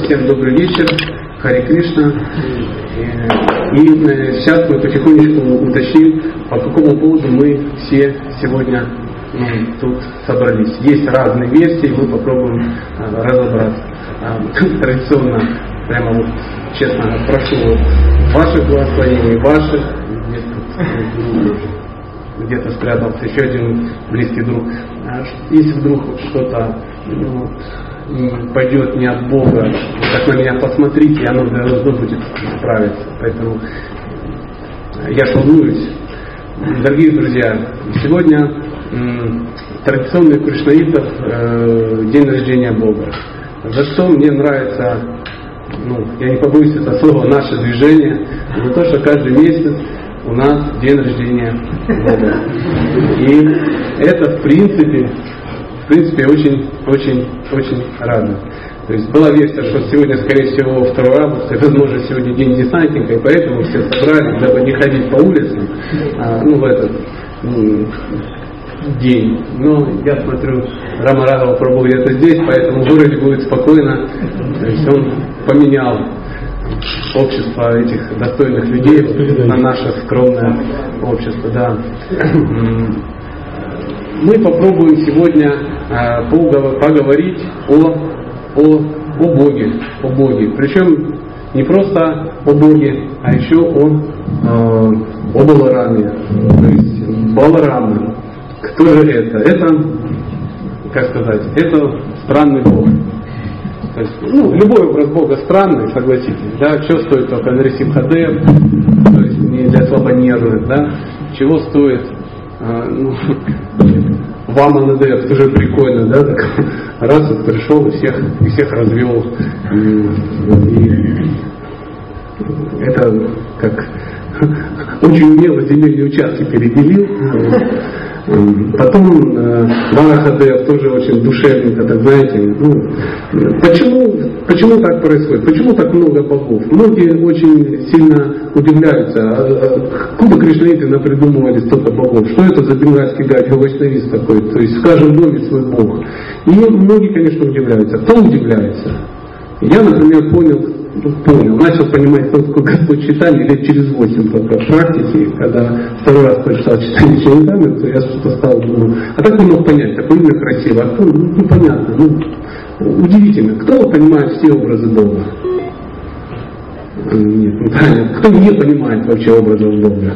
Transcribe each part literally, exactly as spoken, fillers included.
всем добрый вечер, Харе Кришна. И сейчас мы потихонечку уточним, по какому поводу мы все сегодня ну, тут собрались. Есть разные версии, мы попробуем разобраться. Традиционно, прямо вот, честно, прошу ваших благословений, ваших, где-то спрятался еще один близкий друг. Если вдруг что-то ну, пойдет не от Бога, так на меня посмотрите, и оно должно будет справиться. Поэтому я волнуюсь. Дорогие друзья, сегодня м, традиционный у кришнаитов э, день рождения Бога. За что мне нравится, ну, я не побоюсь это слова, наше движение, за то, что каждый месяц у нас день рождения Бога. И это в принципе В принципе, очень, очень, очень радует. То есть была версия, что сегодня, скорее всего, второго августа, и, возможно, сегодня день десантника, и поэтому все собрались, дабы не ходить по улицам, а, ну, в этот ну, день. Но я смотрю, Рама Рагава Прабху где-то здесь, поэтому в городе будет спокойно. То есть он поменял общество этих достойных людей на наше скромное общество. Да. Мы попробуем сегодня э, поговорить о, о, о Боге, о Боге. Причем не просто о Боге, а еще о, э, о Балараме. То есть Баларама. Кто же это? Это, как сказать, это странный Бог. То есть, ну, любой образ Бога странный, согласитесь. Да? Чего стоит только Нарисимхадев, то есть не для слабонервных, да? Чего стоит ну, Ваманадев, тоже прикольно, да, так, раз вот пришел и всех, и всех развел. И, и это как очень умело земельные участки переделил. Потом Варахадев тоже очень душевненько, так знаете. Ну, почему, почему так происходит? Почему так много богов? Многие очень сильно удивляются, откуда кришнаиты напридумывали столько богов? Что это за бенгальский вайшнавизм такой? То есть в каждом доме свой бог. И многие, конечно, удивляются. Кто удивляется? Я, например, понял, понял, начал понимать, кто такой Господь читание лет через восемь только в практике, когда второй раз прочитал читание читания, то я что-то стал думать, а так не мог понять, такое имя красивое, а кто, ну, непонятно, ну, удивительно, кто понимает все образы Бога? Нет, ну правильно, кто не понимает вообще образов Бога?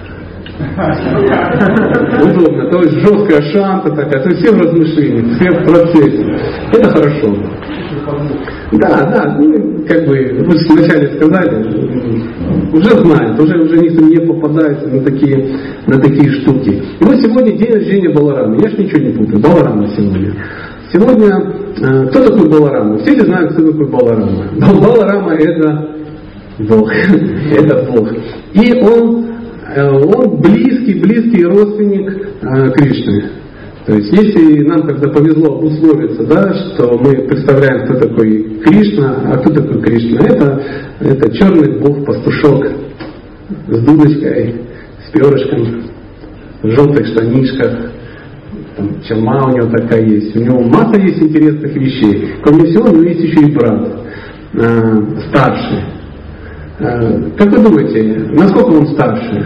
Удобно, то есть жесткая шанта такая, то есть все в размышлениях, все в процессе. Это хорошо. Да, да, ну, как бы, вы вначале сказали, уже знают, уже, уже никто не попадается на такие, на такие штуки. И вот сегодня день рождения Баларама, я ж ничего не путаю, Баларама сегодня. Сегодня, э, кто такой Баларама? Все ли знают, кто такой Баларама? Баларама это Бог, это Бог. И он, э, он близкий, близкий родственник э, Кришны. То есть, если нам когда повезло обусловиться, да, что мы представляем, кто такой Кришна, а кто такой Кришна, это, это черный бог, пастушок с дудочкой, с перышком, в желтых штанишках, там, чалма у него такая есть, у него масса есть интересных вещей. Кроме всего, у него есть еще и брат, э, старший. Э, как вы думаете, насколько он старше?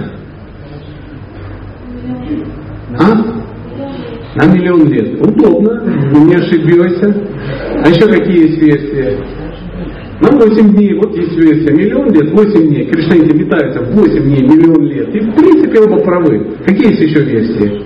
А? На миллион лет. Удобно, не ошибешься. А еще какие есть версии? На восемь дней, вот есть версия. Миллион лет, восемь дней. Кришнаиты летаются восемь дней, миллион лет. И в принципе оба правы. Какие есть еще версии?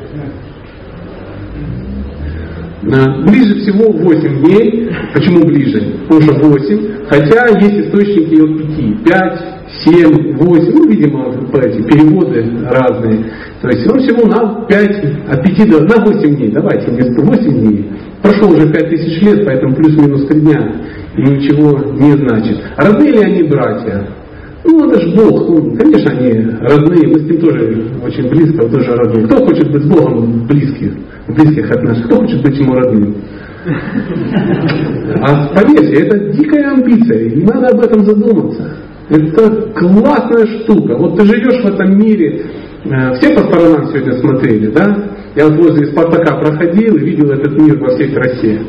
Ближе всего восемь дней. Почему ближе? Потому что восемь. Хотя есть источники от пяти. пять, семь, восемь. Ну, видимо, эти переводы разные. То есть он всего на пять, от пяти до на восемь дней. Давайте вместо восемь дней. Прошло уже пять тысяч лет, поэтому плюс-минус три дня. И ничего не значит. Родные ли они братья? Ну, это же Бог. Ну, конечно, они родные. Мы с ним тоже очень близко, он тоже родные. Кто хочет быть с Богом в близких, в близких отношениях? Кто хочет быть ему родным? А поверьте, это дикая амбиция. И надо об этом задуматься. Это классная штука. Вот ты живешь в этом мире. Все по сторонам сегодня смотрели, да? Я вот возле Спартака проходил и видел этот мир во всей красе.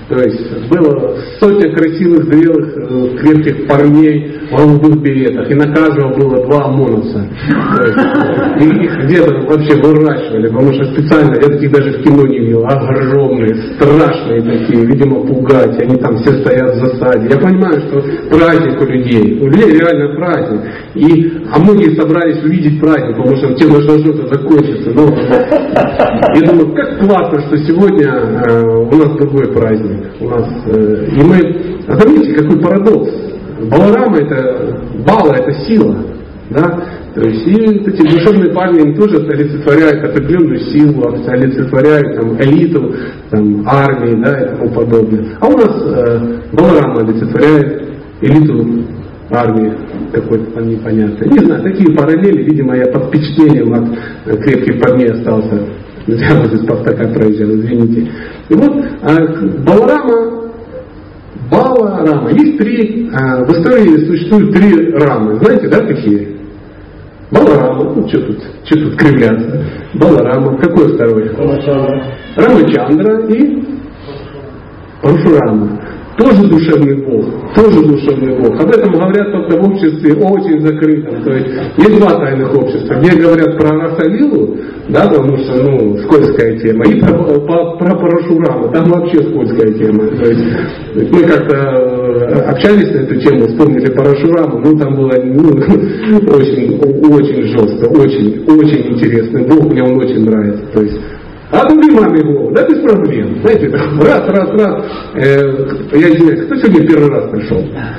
То есть было сотня красивых, зрелых, крепких парней в голубых беретах, и на каждого было два ОМОНовца. То есть, и их где-то вообще выращивали, потому что специально, я таких даже в кино не видел, огромные, страшные такие, видимо, пугать, они там все стоят в засаде. Я понимаю, что праздник у людей, у людей реально праздник. И, а многие собрались увидеть праздник, потому что тебе должно что-то закончиться. Но я думаю, как классно, что сегодня э, у нас другой праздник. У нас, э, и мы, а заметьте, какой парадокс. Баларама это, Бала это сила. Да? То есть и эти душевные парни им тоже олицетворяют определенную силу, олицетворяют там, элиту, там, армии, да, и тому подобное. А у нас э, Баларама олицетворяет элиту армии какой-то там непонятной. Не знаю, такие параллели, видимо, я под впечатлением от крепких парней остался. Я вот из Спартака проезжал, извините. И вот э, Баларама, Бала-рама. Есть три, э, в истории существуют три рамы. Знаете, да, какие? Баларама, ну что тут, что тут кривляться? Баларама, какой второй? Рамачандра. Рамачандра и Парашурама. Тоже душевный Бог, тоже душевный Бог. Об этом говорят только в обществе очень закрытом. То есть есть два тайных общества, где говорят про Расалилу, да, потому что, ну, скользкая тема, и про, про, про Парашураму, там вообще скользкая тема. То есть мы как-то общались на эту тему, вспомнили Парашураму, ну там было ну, очень, очень жестко, очень, очень интересный Бог, мне он очень нравится. То есть а другим маме голову, да, без проблем. Знаете, раз, раз, раз. Э, я извиняюсь, кто сегодня первый раз пришел?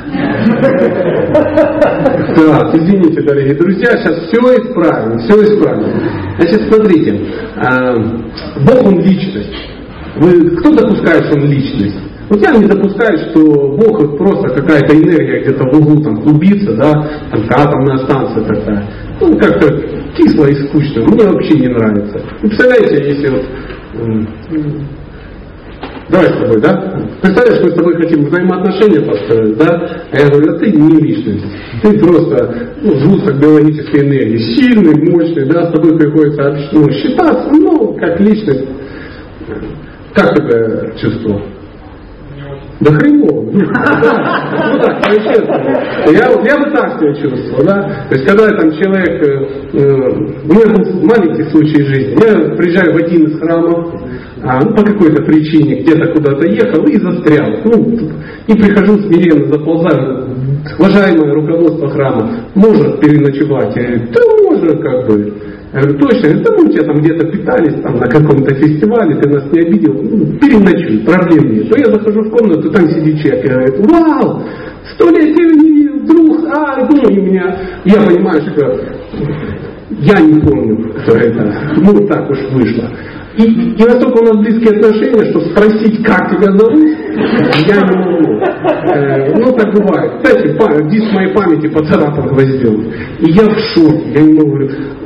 Так, извините, дорогие друзья, сейчас все исправим, все исправим. Значит, смотрите, э, Бог он личность. Вы, кто допускает, что он личность? Вот я не допускаю, что Бог это просто какая-то энергия где-то в углу там клубится, да, там атомная станция такая. Ну, как-то кисло и скучно. Мне вообще не нравится. Вы представляете, если вот... Давай с тобой, да? Представляешь, мы с тобой хотим взаимоотношения построить, да? А я говорю, а ты не личность. Ты просто ну, сгусток биологической энергии. Сильный, мощный, да? С тобой приходится ну, считаться, ну, как личность. Как это чувство? Да хреново. Ну так, честно. Я, я бы так себя чувствовал, да. То есть, когда там человек, э, у меня был маленький случай в жизни, я приезжаю в один из храмов, а, ну, по какой-то причине где-то куда-то ехал и застрял. Ну, и прихожу смиренно, заползаю. Уважаемое руководство храма, может переночевать? Я говорю, да можно, как бы. Я говорю, точно, да мы у тебя там где-то питались там, на каком-то фестивале, ты нас не обидел, ну, переночуй, проблем нет. То я захожу в комнату, там сидит человек, и говорит, вау, сто лет я не видел, друг, а, ну и меня, я понимаю, что я не помню, что это, ну так уж вышло. И, и настолько у нас близкие отношения, что спросить, как тебя зовут, я не могу. Э, ну, так бывает. Кстати, диск моей памяти поцарапан гвоздем. И я в шоке, я не могу.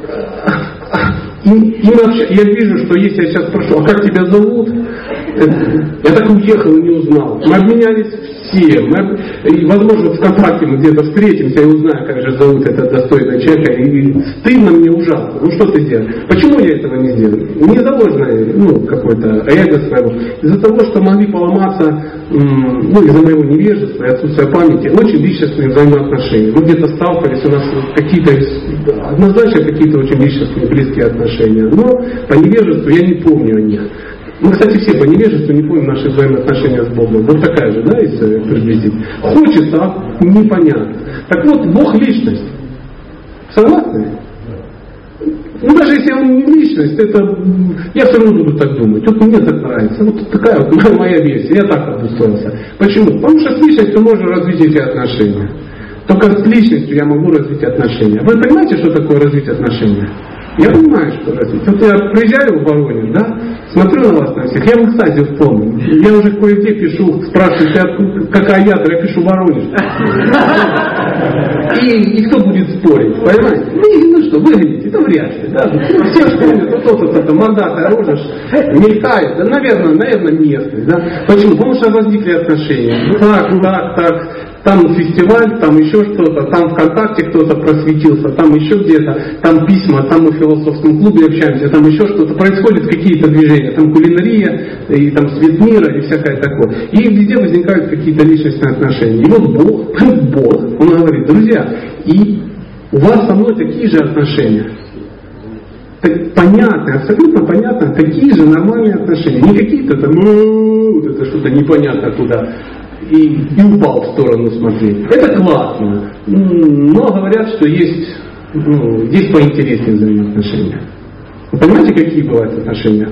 И, и вообще, я вижу, что если я сейчас спрошу, а как тебя зовут? Я так уехал и не узнал. Мы обменялись все. Мы, и, возможно, ВКонтакте мы где-то встретимся и узнаем, как же зовут этот достойный человек. И стыдно мне ужасно. Ну что ты делаешь? Почему я этого не сделал? Не заложенное, ну, какое-то эго своего. Из-за того, что могли поломаться, ну, из-за моего невежества и отсутствия памяти, очень личностные взаимоотношения. Мы где-то сталкивались, у нас какие-то, однозначно какие-то очень личностные близкие отношения. Но по невежеству я не помню о них. Мы, кстати, все по невежеству не помним наши взаимоотношения с Богом. Вот такая же, да, если приблизить. Хочется, а непонятно. Так вот, Бог личность. Согласны? Ну, даже если он не личность, это я все равно буду так думать. Вот мне так нравится. Вот такая вот моя, моя версия. Я так обустроился. Почему? Потому что с личностью можно развить эти отношения. Только с личностью я могу развить отношения. Вы понимаете, что такое развить отношения? Я понимаю, что развить. Вот я приезжаю в Воронеж, да, смотрю на вас на всех, я в экстазе вспомнил. Я уже кое-где пишу, спрашиваю, какая ядра, я пишу Воронеж. И, и кто будет спорить, понимаете? Ну, ну что, выглядите, это вряд ли, да. Все вспомнят, вот тот вот это мордатый Воронеж мелькает, да, наверное, наверное, местный, да. Почему? Потому что возникли отношения. Так, так, так. там фестиваль, там еще что-то, там ВКонтакте кто-то просветился, там еще где-то, там письма, там мы в философском клубе общаемся, там еще что-то, происходят какие-то движения, там кулинария, и там свет мира, и всякое такое. И везде возникают какие-то личностные отношения. И вот Бог, Бог, Он говорит, друзья, и у вас со мной такие же отношения. Понятно, абсолютно понятно, такие же нормальные отношения. Не какие-то там, ну, это что-то непонятно куда, и, и упал в сторону смотреть. Это классно. Но говорят, что есть, ну, есть поинтереснее взаимоотношения. Вы понимаете, какие бывают отношения?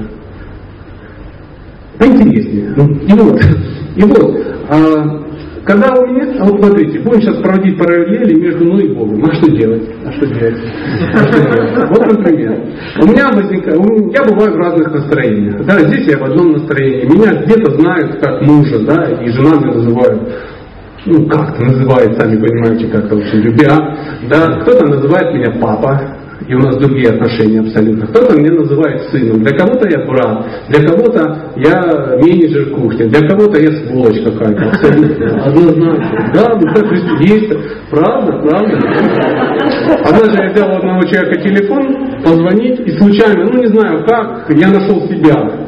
Поинтереснее. И вот, и вот, а, когда у меня, а вот смотрите, будем сейчас проводить параллели между мной и Богом. А что делать? А что делать? А что делать? Вот, например, у меня возникает, я бываю в разных настроениях. Да, здесь я в одном настроении. Меня где-то знают как мужа, да, и жена меня называют, ну как-то называет, сами понимаете, как-то очень любя. Да, кто-то называет меня папа. И у нас другие отношения абсолютно. Кто-то меня называет сыном, для кого-то я брат, для кого-то я менеджер кухни, для кого-то я сволочь какая-то, абсолютно, однозначно. Да, ну так есть, правда, правда. Однажды я взял у одного человека телефон, позвонить, и случайно, ну не знаю как, я нашел себя.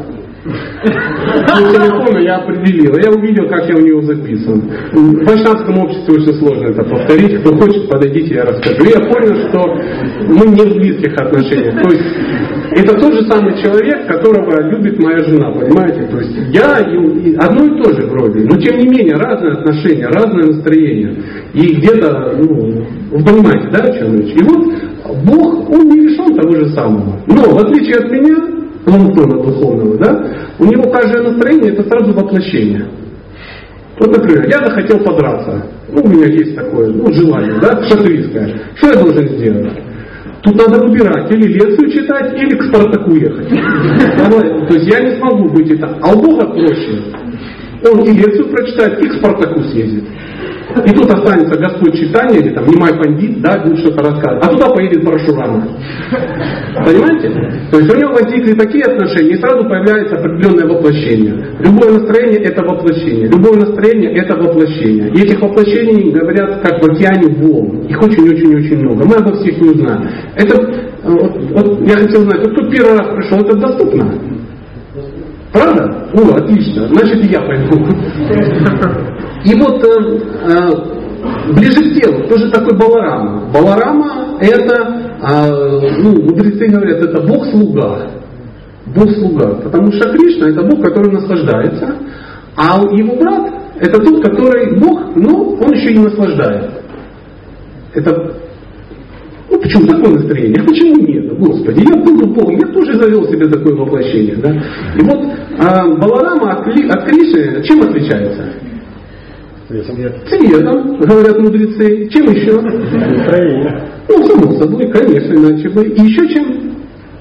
По телефону я определил, я увидел, как я у него записан. В вайшнавском обществе очень сложно это повторить. Кто хочет, подойдите, я расскажу. И я понял, что мы не в близких отношениях. То есть это тот же самый человек, которого любит моя жена, понимаете? То есть я и одно и то же вроде, но тем не менее разные отношения, разное настроение. И где-то, ну, вы понимаете, да, о чем речь? И вот Бог, Он не лишен того же самого. Но в отличие от меня, планктона духовного, да, у него каждое настроение это сразу воплощение. Вот, например, я захотел подраться. Ну, у меня есть такое, ну, желание, да, шатуистское. Что я должен сделать? Тут надо выбирать, или лекцию читать, или к Спартаку ехать. То есть я не смогу быть это. А у Бога проще. Он и лекцию прочитает, и к Спартаку съездит. И тут останется Господь читание, или там Нимай Пандит, да, будет что-то рассказывать. А туда поедет Парашурама. Понимаете? То есть у него возникли такие отношения, и сразу появляется определенное воплощение. Любое настроение это воплощение. Любое настроение это воплощение. И этих воплощений, говорят, как в океане волн. Их очень-очень-очень много. Мы обо всех не узнаем. Это, вот, вот я хотел знать, вот кто первый раз пришел, это доступно? Правда? О, отлично. Значит, и я пойду. И вот э, э, ближе к телу, тоже такой Баларама. Баларама это, э, ну, мудрецы говорят, это Бог-слуга. Бог-слуга. Потому что Кришна это Бог, который наслаждается, а его брат это тот, который Бог, но он еще и наслаждает. Это, ну почему такое настроение? Почему нет? Господи, я буду Богом, я тоже завел себе такое воплощение. Да? И вот э, Баларама от, от Кришны чем отличается? Цветом, говорят мудрецы. Чем еще? Настроение. Ну, само собой, конечно, иначе бы. И еще чем?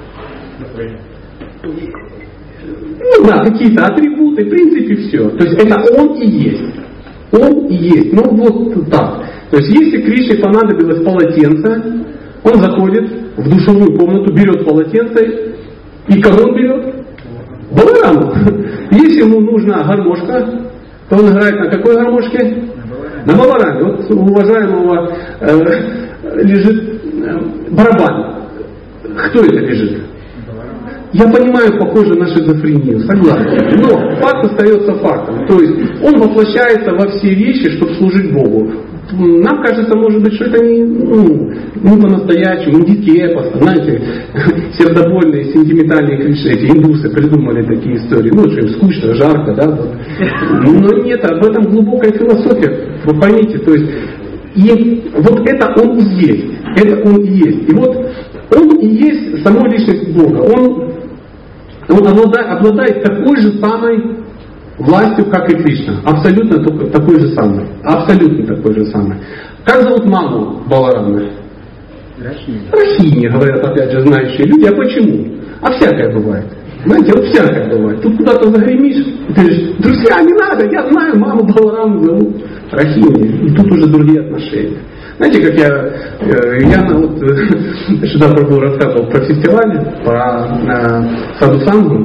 Ну да, какие-то атрибуты, в принципе, все. То есть это он и есть. Он и есть. Ну вот так. То есть если Кришне понадобилось полотенце, он заходит в душевую комнату, берет полотенце, и кого он берет? Балараму. Если ему нужна гармошка, то он играет на какой гармошке? На балараме. Вот у уважаемого э, лежит э, барабан. Кто это лежит? Я понимаю, похоже на шизофрению, согласен. Но факт остается фактом. То есть он воплощается во все вещи, чтобы служить Богу. Нам кажется, может быть, что это не, ну, не по-настоящему, индийский эпос, знаете, сердобольные, сентиментальные клише, эти индусы придумали такие истории, ну, что им скучно, жарко, да, вот. Но нет, об этом глубокая философия, вы поймите, то есть, и вот это он и есть, это он и есть, и вот он и есть сама личность Бога, он, он обладает, обладает такой же самой властью, как и Кришна. Абсолютно такой же самый. Абсолютно такой же самый. Как зовут маму Баларамы? Рахини. Рахини, говорят, опять же, знающие люди. А почему? А всякое бывает. Знаете, вот всякое бывает. Тут куда-то загремишь, и ты говоришь, друзья, не надо, я знаю, маму Балараму зовут Рахини. И тут уже другие отношения. Знаете, как я, я вот, Шрила Прабху рассказывал про фестиваль, про э, Саду Сангу.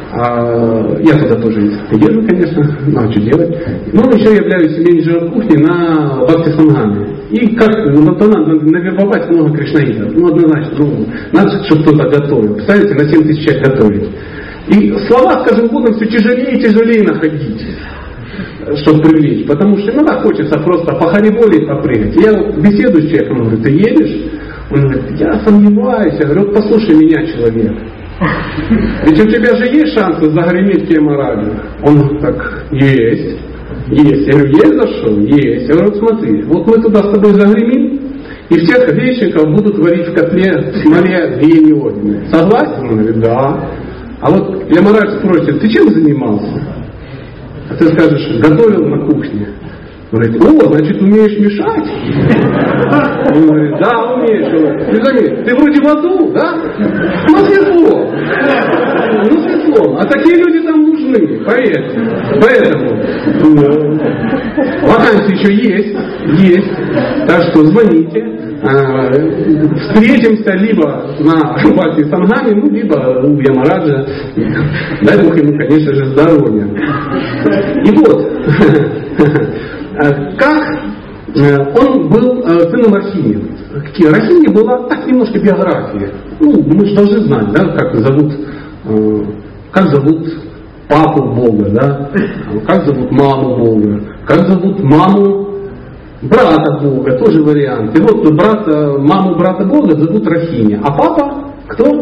Я туда тоже езжу, конечно, ну а что делать. Но еще являюсь менеджером кухни на Бхакти Сангаме. И как, ну, надо навербовать много кришнаитов. Ну, однозначно, ну, надо, чтобы кто-то готовил. Представляете, на семь тысяч человек готовить. И слова, скажем, будут все тяжелее и тяжелее находить, чтобы привлечь. Потому что иногда хочется просто по хариболе попрыгать. Я беседую с человеком, он говорит, ты едешь? Он говорит, я сомневаюсь. Я говорю, послушай меня, человек. Ведь у тебя же есть шансы загреметь в Ямараджу? Он так, есть. Есть. Я говорю, есть зашел? Есть. Я говорю, смотри, вот мы туда с тобой загремим, и всех вещиков будут варить в котле в смоле гиени огненной. Согласен? Он говорит, да. А вот Ямарадж спросит, ты чем занимался? А ты скажешь, готовил на кухне. Он говорит, о, значит, умеешь мешать? Он говорит, да, умеешь. Ты заметь, ты вроде в аду, да? Ну, светло. Ну, светло. А такие люди там нужны, поверьте. Поэтому ну, вакансии еще есть, есть. Так что звоните. Встретимся либо на Бхакти Сангаме, ну, либо у Ямараджа. Дай Бог ему, конечно же, здоровья. И вот, как он был сыном Рахини. Рахини была так немножко биография. Ну, мы же должны знать, да, как зовут, как зовут папу Бога, да, как зовут маму Бога, как зовут маму брата Бога, тоже вариант. И вот брата, маму брата Бога зовут Рахини, а папа кто?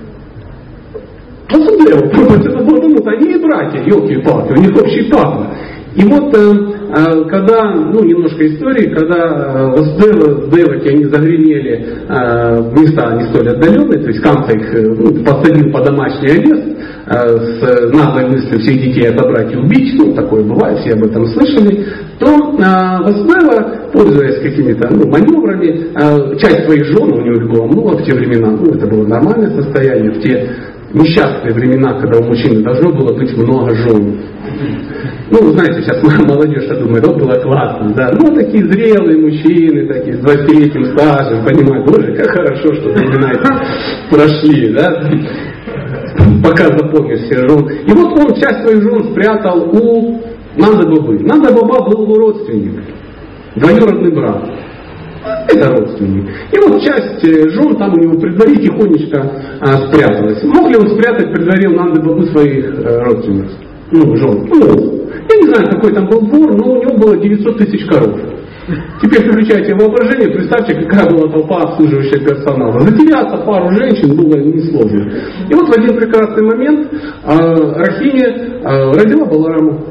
Васудева. Потому что они и братья, елки-палки, у них общий папа. И вот когда, ну немножко истории, когда Васудева с Деваки они загремели в места не столь отдаленные, то есть Камса их ну, посадил по домашний арест с наглой мыслью всех детей отобрать и убить, ну такое бывает, все об этом слышали, то Васудева, пользуясь какими-то ну, маневрами, часть своих жен, у него было много в те времена, ну это было нормальное состояние, в те несчастные времена, когда у мужчины должно было быть много жен. Ну, вы знаете, сейчас молодежь думает, вот было классно, да. Ну, такие зрелые мужчины, такие с двадцатилетним стажем, понимают, боже, как хорошо, что времена эти прошли, да. Пока запомнишь все жен. И вот он часть своих жен спрятал у Нанда Бабы. Нанда Баба был его родственник, двоюродный брат. Это родственник. И вот часть жен там у него при дворе тихонечко а, спряталась. Мог ли он спрятать при дворе у Нанды Бабы своих а, родственниц? Ну, жен. Ну, я не знаю, какой там был двор, но у него было девятьсот тысяч коров. Теперь включайте воображение, представьте, какая была толпа обслуживающего персонала. Затеряться пару женщин было несложно. И вот в один прекрасный момент а, Рахини а, родила Балараму.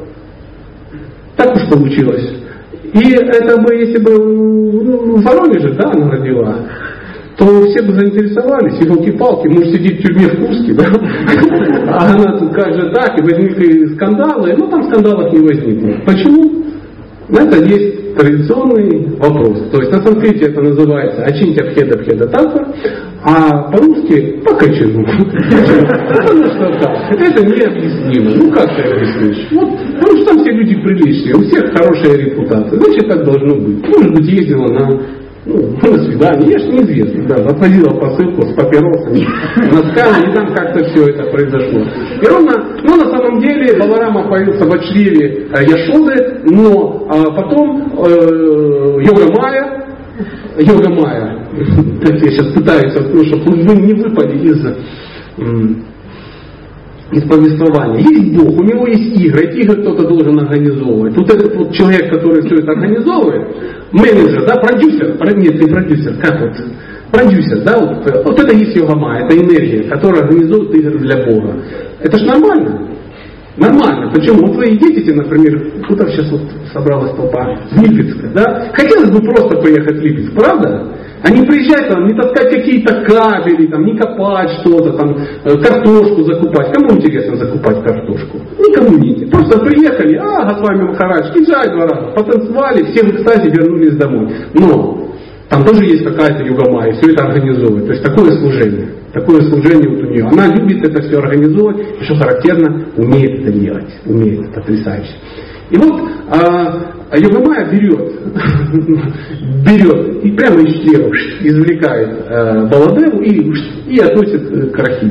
Так уж получилось. И это бы, если бы ну, в Воронеже, да, она родила, то все бы заинтересовались, елки-палки, может сидеть в тюрьме в Курске, да? А она тут как же так, и возникли скандалы, но там скандалов не возникло. Почему? Это есть традиционный вопрос. То есть на санскрите это называется ачинтя пхеда пхеда татва, а по-русски покачину. Потому что так, это необъяснимо. Ну как ты объяснишь? Вот, потому что там все люди приличные, у всех хорошая репутация. Значит так должно быть. Может быть ездила на ну, на свидание, я же неизвестно, да, отвозила посылку с папиросами, носками, и там как-то все это произошло. И ровно, но на самом деле Баларама появился в чреве Яшоды, но а потом э, Йога Майя, Йога Майя, так я сейчас пытаюсь, ну, чтобы вы не выпали из, из повествования. Есть Бог, у него есть игры, эти игры кто-то должен организовывать. Вот этот вот человек, который все это организовывает, менеджер, да, продюсер, нет, не продюсер, как вот, продюсер, да, вот, вот это есть Йога-майя, это энергия, которая организует игры для Бога. Это ж нормально. Нормально. Почему? Вот вы едете, например, куда сейчас вот собралась толпа, в Липецк, да? Хотелось бы просто поехать в Липецк, правда? А не приезжать там, не таскать какие-то кабели, там, не копать что-то, там, картошку закупать. Кому интересно закупать картошку? Никому не. Просто приехали, а, Госвами Махарадж, киджай два раза, потанцевали, все в экстазе вернулись домой. Но там тоже есть какая-то Йога-майя, все это организовывает. То есть такое служение. Такое служение вот у нее. Она любит это все организовывать, и что характерно, умеет это делать. Умеет, это потрясающе. И вот а, Йога-майя берет, берет и прямо из чрева извлекает а, Баладеву и, и относит к Рахине.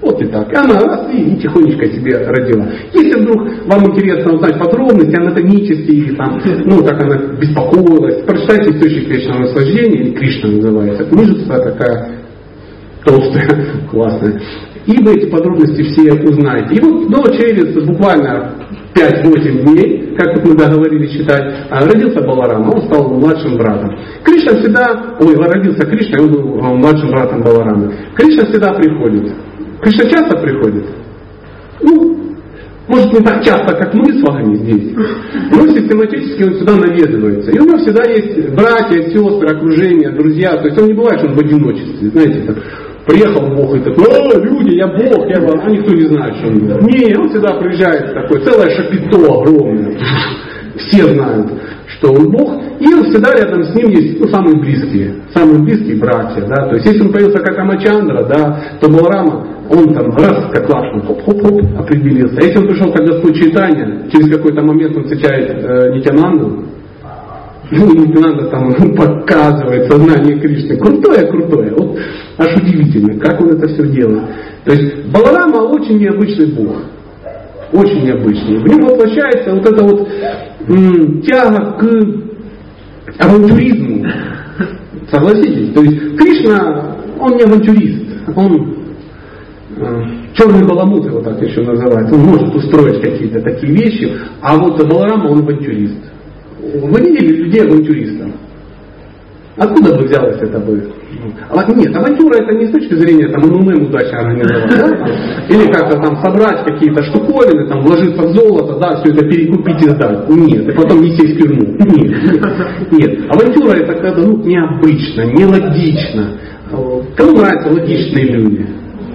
Вот и так. И она раз и, и тихонечко себе родила. Если вдруг вам интересно узнать подробности, анатомические, или там, ну, как она беспокоилась, прочитайте «Источник вечного наслаждения», или Кришна называется. Книжица такая толстая, классная. И вы эти подробности все узнаете. И вот ну, через буквально пять-восемь дней, как вот мы договорились читать, родился Баларама, он стал младшим братом. Кришна всегда, ой, родился Кришна, он был младшим братом Баларамы. Кришна всегда приходит. Кришна часто приходит? Ну, может не так часто, как мы с вами здесь, но систематически он сюда наведывается. И у него всегда есть братья, сестры, окружение, друзья. То есть он не бывает, что он в одиночестве, знаете, так. Приехал Бог и такой, о, люди, я Бог, я вам, а никто не знает, что он делает. Не, он всегда приезжает такой, целое шапито огромное. Все знают, что он Бог, и он всегда рядом с ним есть ну, самые близкие, самые близкие братья. Да? То есть если он появился как Рамачандра, да, то Баларама, он там раз как лашман, хоп-хоп-хоп, определился. А если он пришел как Господь Чайтанья, через какой-то момент он встречает э, Нитянанду, ну, не надо там показывать сознание Кришны. Крутое, крутое. Вот аж удивительно, как он это все делает. То есть Баларама очень необычный Бог. Очень необычный. В нем воплощается вот эта вот м, тяга к авантюризму. Согласитесь? То есть Кришна, он не авантюрист. Он э, черный баламут, его так еще называют. Он может устроить какие-то такие вещи. А вот Баларама, он авантюрист. Вы видели людей авантюристов? Откуда бы взялось это бы? Нет, авантюра это не с точки зрения там эм эм эм удачно организовать, да? Или как-то там собрать какие-то штуковины, там вложиться в золото, да, все это перекупить и сдать. Нет, и потом не сесть в тюрьму. Нет, нет, нет. Авантюра это когда ну, необычно, нелогично. Кому нравятся логичные люди?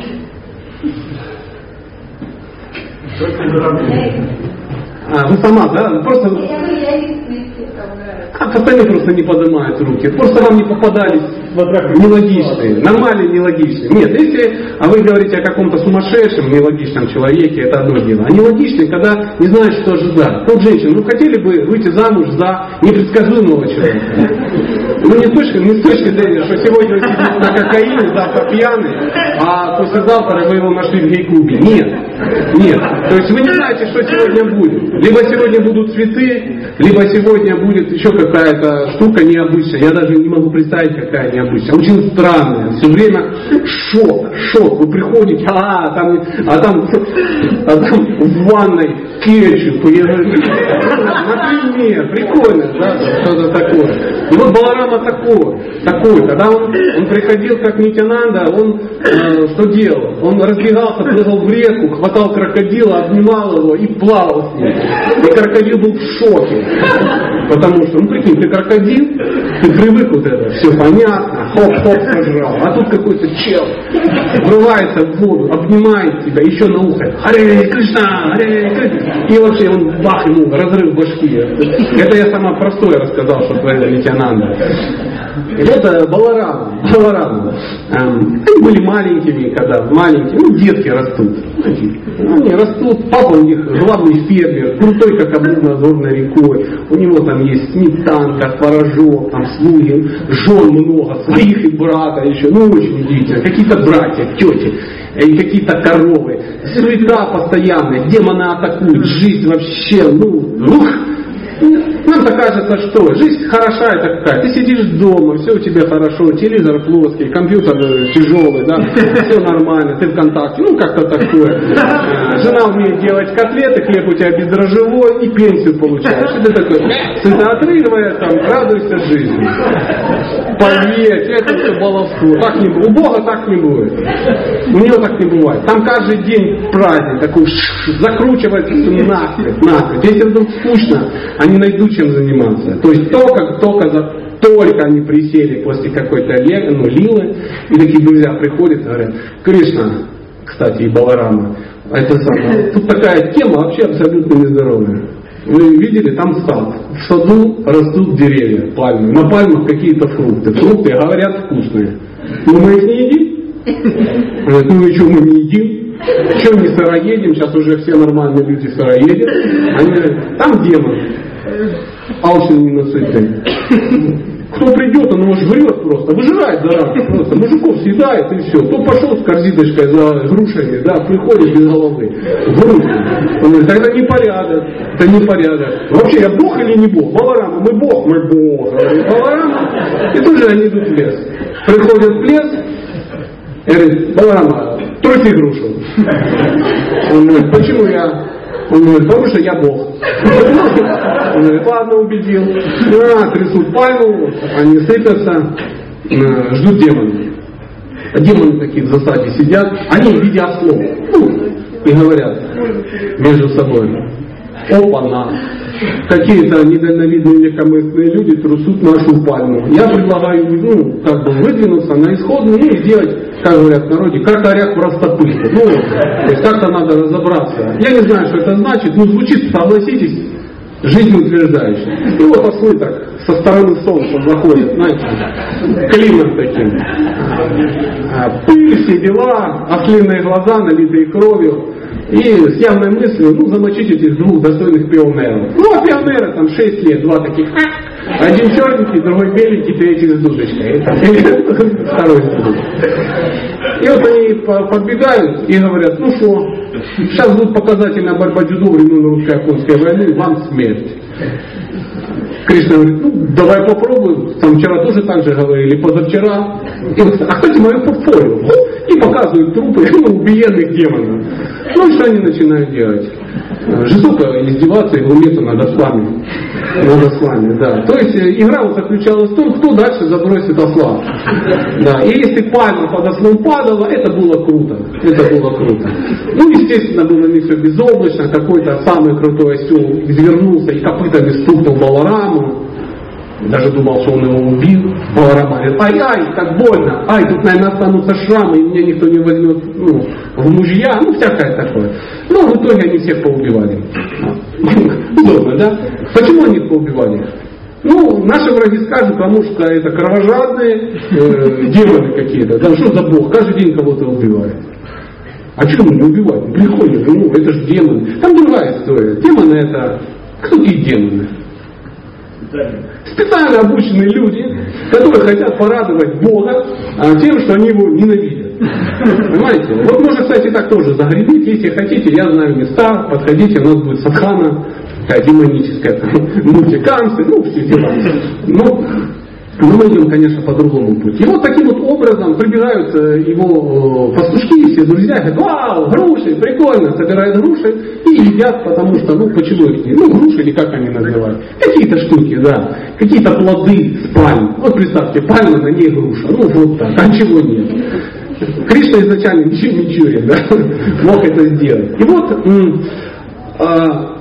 А, вы сама, да? Просто... А остальные просто не поднимают руки. Просто вам не попадались нелогичные. Нормальные нелогичные. Нет, если а вы говорите о каком-то сумасшедшем, нелогичном человеке, это одно дело. А нелогичные, когда не знаешь, что ожидать. Вот женщины, ну хотели бы выйти замуж за непредсказуемого человека. Ну не с точки, не с точки зрения, что сегодня вы сидите на кокаине, завтра пьяный, а послезавтра вы его нашли в гей-клубе. Нет. Нет. То есть вы не знаете, что сегодня будет. Либо сегодня будут цветы, либо сегодня будет еще какая-то штука необычная. Я даже не могу представить, какая необычная. Очень странная. Все время шок, шок. Вы приходите, а там, а там, а там в ванной кетчуп. Например, прикольно, да, что-то такое. И вот Баларама такой, такой. Когда он, он приходил как Нитянанда, он э, что делал? Он разбегался, прыгал в реку, хватал крокодила, обнимал его и плавал с ним. И крокодил был в шоке. Потому что, ну прикинь, ты крокодил, ты привык вот это, все понятно, хоп-хоп сожрал. А тут какой-то чел врывается в воду, обнимает тебя, еще на ухо. Харе Кришна, Харе Кришна. И вообще он бах ему, разрыв башки. Это я самое простое рассказал, что творил Нитянанда. И вот Баларама, Баларама. Эм, они были маленькими, когда маленькие, ну детки растут. Они растут, папа у них главный фермер, крутой, как обрыв над Зорной рекой. У него там есть сметанка, творожок, там слуги, жен много, своих и брата еще. Ну очень удивительно. Какие-то братья, тети, и какие-то коровы. Суета постоянная, демоны атакуют, жизнь вообще, ну, ух. Нам-то кажется, что жизнь хороша это какая. Ты сидишь дома, все у тебя хорошо, телевизор плоский, компьютер тяжелый, да, все нормально, ты ВКонтакте, ну как-то такое. Жена умеет делать котлеты, хлеб у тебя бездрожжевой и пенсию получаешь. И ты такой, светоотрывая, там, радуйся жизни. Поверь, это все баловство. Так не будет. У Бога так не будет. У него так не бывает. Там каждый день праздник, такой закручивается все нахрен, нахрен. Если вдруг скучно, они найдут чем заниматься. То есть только, только, за, только они присели после какой-то ну, лилы, и такие друзья приходят и говорят, Кришна, кстати, и Баларама, это самое, тут такая тема вообще абсолютно нездоровая. Вы видели, там сад. В саду растут деревья, пальмы. На пальмах какие-то фрукты. Фрукты, говорят, вкусные. Но мы их не едим. Говорят, ну и что мы не едим? Что не сыроедем? Сейчас уже все нормальные люди сыроедят. Они говорят, там демон. Алчный, ненасытный. кто придет, он его жрет просто, выжирает зараза просто, мужиков съедает и все. То пошел с корзиночкой за грушами, да, приходит без головы. Груши. Он говорит, это не порядок, это не порядок. Вообще, я Бог или не Бог? Баларама, мы Бог, мы Бог. Говорит, Баларама. И тут же они идут в лес. Приходят в лес, и говорит, Баларама, труси грушу. Он говорит, почему я? Он говорит, потому что я Бог. Он говорит, ладно, убедил. А, трясут пальму, они сыпятся, ждут демонов. А демоны такие в засаде сидят, они в виде ослов. Ну, и говорят между собой, опа-на, какие-то недальновидные легкомысленные люди трясут нашу пальму. Я предлагаю, ну, как бы выдвинуться на исходную, ну, и сделать, как говорят в народе, как оряк в растопырку. Ну, то есть как-то надо разобраться. Я не знаю, что это значит, но звучит, согласитесь, жизнеутверждающе. И вот ослы так со стороны солнца заходят, знаете, клином таким. Пыль, все дела, ослиные глаза, налитые кровью. И с явной мыслью, ну, замочить этих двух достойных пионеров. Ну, а пионеры там шесть лет, два таких, один черненький, другой беленький, третий с дудочкой. Второй с дудочкой. И вот они подбегают и говорят, ну что, сейчас будет показательная борьба дзюдо времен русско-японской войны, вам смерть. Кришна говорит, ну давай попробуем. Там вчера тоже так же говорили, позавчера. И вот, а хотите мою портфолио? И показывают трупы ну, убиенных демонов. Ну и что они начинают делать? Жестоко издеваться и глумиться над ослами. Над ослами, да. То есть игра вот заключалась в том, кто дальше забросит осла. Да. И если пальма под ослом падала, это было круто. Это было круто. Ну, естественно, было не все безоблачно. Какой-то самый крутой осел извернулся и копытами стукнул Балараму. Даже думал, что он его убил. Баларама говорит, ай-ай, как больно. Ай, тут, наверное, останутся шрамы, и меня никто не возьмет ну, в мужья. Ну, всякое такое. Но в итоге они всех поубивали. Удобно, да? Почему они их поубивали? Ну, наши враги скажут, потому что это кровожадные э, демоны какие-то. Да, что за Бог? Каждый день кого-то убивает. А почему не убивать? Легко не, ну, это же демоны. Там другая история. Демоны это... Кто такие демоны? Специально обученные люди, которые хотят порадовать Бога тем, что они его ненавидят. Понимаете? Вот можно, кстати, так тоже загребить, если хотите, я знаю места, подходите, у нас будет садхана, такая демоническая, мультиканцы, ну, все дела. Но, но мы идем, конечно, по другому пути. И вот таким вот образом прибирают его пастушки, все друзья, говорят, вау, груши, прикольно, собирают груши и едят, потому что, ну, почему их не, ну, груши или как они называют, какие-то штуки, да, какие-то плоды с пальм. Вот представьте, пальма, на ней груша, ну, вот так, а чего нет. Кришна изначально ничего не чурит, да, мог это сделать. И вот, м- а-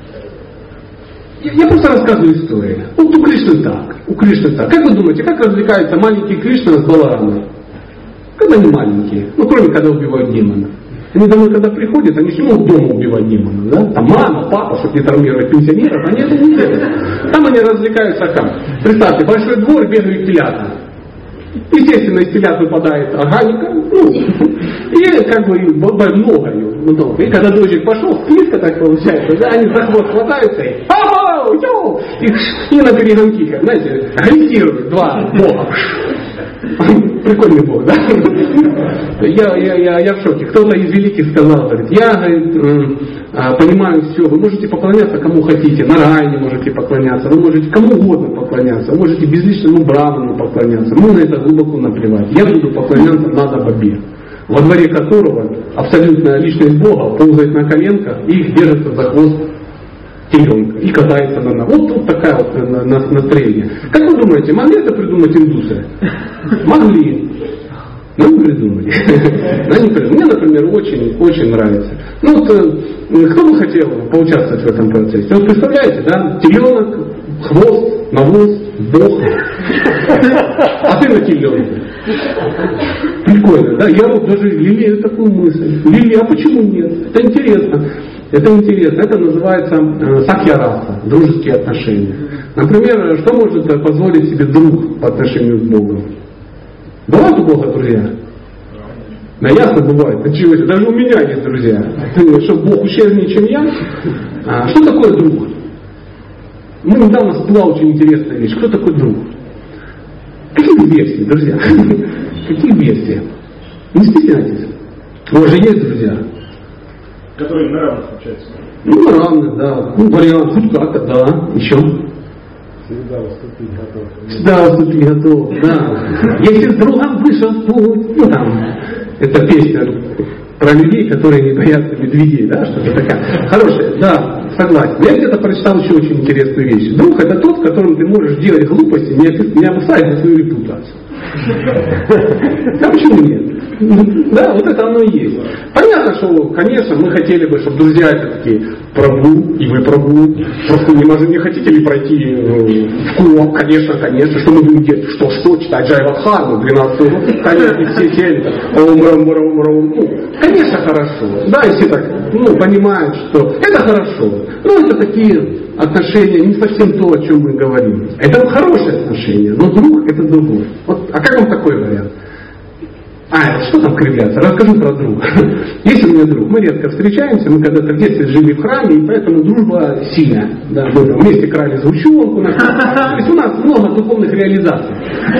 я просто рассказываю историю. Вот у Кришны так. У Кришны так. Как вы думаете, как развлекается маленький Кришна с Баларамой? Когда они маленькие. Ну, кроме когда убивают демонов. Они домой, когда приходят, они не могут дома убивать демонов. Да? Там мама, папа, чтобы не травмировать пенсионеров, они это не делают. Там они развлекаются как? Представьте, большой двор, бегают телята. Естественно, из телят выпадает органика, ну, и как бы много ее, много. И когда дождик пошел, слизко так получается, да, они за хвост хватаются и ау, йоу, и, и на перегонки, знаете, агрессируют два бога. Прикольный бог, да? Я, я, я, я в шоке. Кто-то из великих сказал, говорит, я говорит, понимаю все, вы можете поклоняться кому хотите, Нарайне можете поклоняться, вы можете кому угодно поклоняться, вы можете безличному браману поклоняться, ну на это глубоко наплевать. Я буду поклоняться Нада Бабе, во дворе которого абсолютная личность Бога ползает на коленках и держится за хвост теленка и катается на нас. Вот, вот такая вот на, на, настроение. Как вы думаете, могли это придумать индусы? Могли. Но не придумали. Мне, например, очень, очень нравится. Ну вот, кто бы хотел поучаствовать в этом процессе? Вот представляете, да? Теленок, хвост, навоз, Бог. А ты на теленке. Прикольно, да? Я вот даже лелею такую мысль. Лелею, а почему нет? Это интересно. Это интересно. Это называется э, сакья-раса, дружеские отношения. Например, что может позволить себе друг по отношению к Богу? Бывают у Бога друзья? Да ясно бывает. Ничего себе. Даже у меня есть друзья. Что Бог ущербнее, чем я? А, что такое друг? Мы недавно всплыла очень интересная вещь. Кто такой друг? Какие версии, друзья? Какие версии? Не стесняйтесь. У вас же есть друзья. Которые на равных общаются. Ну, на равных, да. Ну, вариант, хоть как-то, да. Еще. Всегда уступить готов. Всегда уступить готов, да. Если с другом вышел в путь, ну там, это песня про людей, которые не боятся медведей, да, что-то такая. Хорошая, да, согласен. Я где-то прочитал еще очень интересную вещь. Друг — это тот, с которым ты можешь делать глупости, не опасаясь за свою репутацию. Да почему нет? Да, вот это оно и есть. Понятно, что, конечно, мы хотели бы, чтобы друзья все-таки Прабху, и вы Прабху. Просто не, можем, не хотите ли пройти в клуб? Конечно, конечно. Что мы будем делать? Что, что? Читать Джайвадхану, двенадцатую руку? Конечно, все сели. Ну, конечно, хорошо. Да, и все так, ну, понимают, что это хорошо. Но это такие отношения не совсем то, о чем мы говорим. Это хорошие отношения, но друг — это другой. Вот, а как вам такой вариант? А, что там кривляться? Расскажу про друга. Есть у меня друг, мы редко встречаемся, мы когда-то в детстве жили в храме, и поэтому дружба сильная. Да, мы там вместе крали звучонку. То есть у нас много духовных реализаций.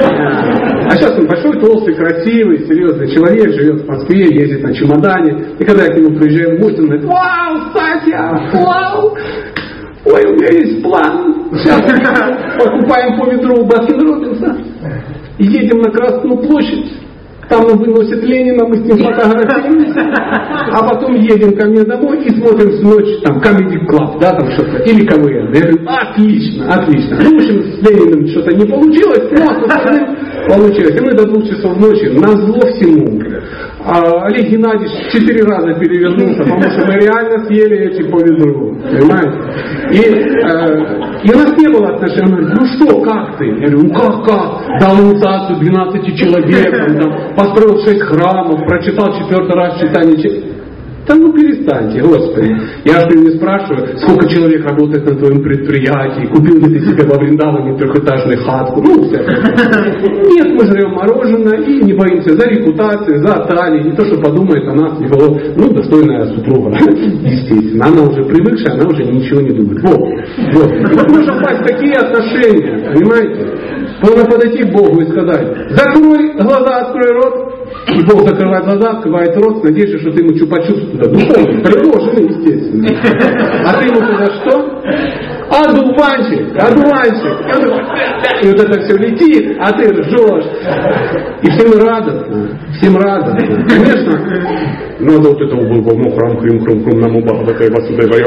А сейчас он большой, толстый, красивый, серьезный человек, живет в Москве, ездит на чемодане. И когда я к нему приезжаю в гости, он говорит: вау, Сатя, вау! Ой, у меня есть план. Сейчас покупаем по ведру Баскин-Роббинса, едем на Красную площадь. Там он выносит Ленина, мы с ним фотографируемся, а потом едем ко мне домой и смотрим с ночи там Comedy Club, да, там что-то, или КВН. Я говорю: отлично, отлично. Ну, в общем, с Лениным что-то не получилось, но с остальным получилось. И мы до двух часов ночи, назло всему. А Олег Геннадьевич четыре раза перевернулся, потому что мы реально съели эти по ведру. Понимаете? И, э, и у нас не было отношений. Он говорит: ну что, как ты? Я говорю: ну как, как? Дал инициацию двенадцати человек, там, построил шесть храмов, прочитал четвертый раз читание. Да ну перестаньте, Господи. Я же не спрашиваю, сколько человек работает на твоем предприятии, купил ли ты себе во Вриндаване трехэтажную хатку. Ну, все. Нет, мы жрем мороженое и не боимся за репутацию, за талию, не то, что подумает о нас его, ну, достойная супруга. Естественно. Она уже привыкшая, она уже ничего не думает. Вот. Вот. И вот можно впасть в такие отношения, понимаете? Можно подойти к Богу и сказать: закрой глаза, открой рот. И Бог закрывает глаза, открывает рот, надеешься, что ты ему чупа-чупс туда духовный, предложенный, естественно. А ты ему туда что? Одуванчик, одуванчик. И вот это все летит, а ты ржешь. И всем радостно, всем радостно. Конечно, надо вот этого было, ну, храм, хрим, хрум, хрум, наму, баба, такая басуда, и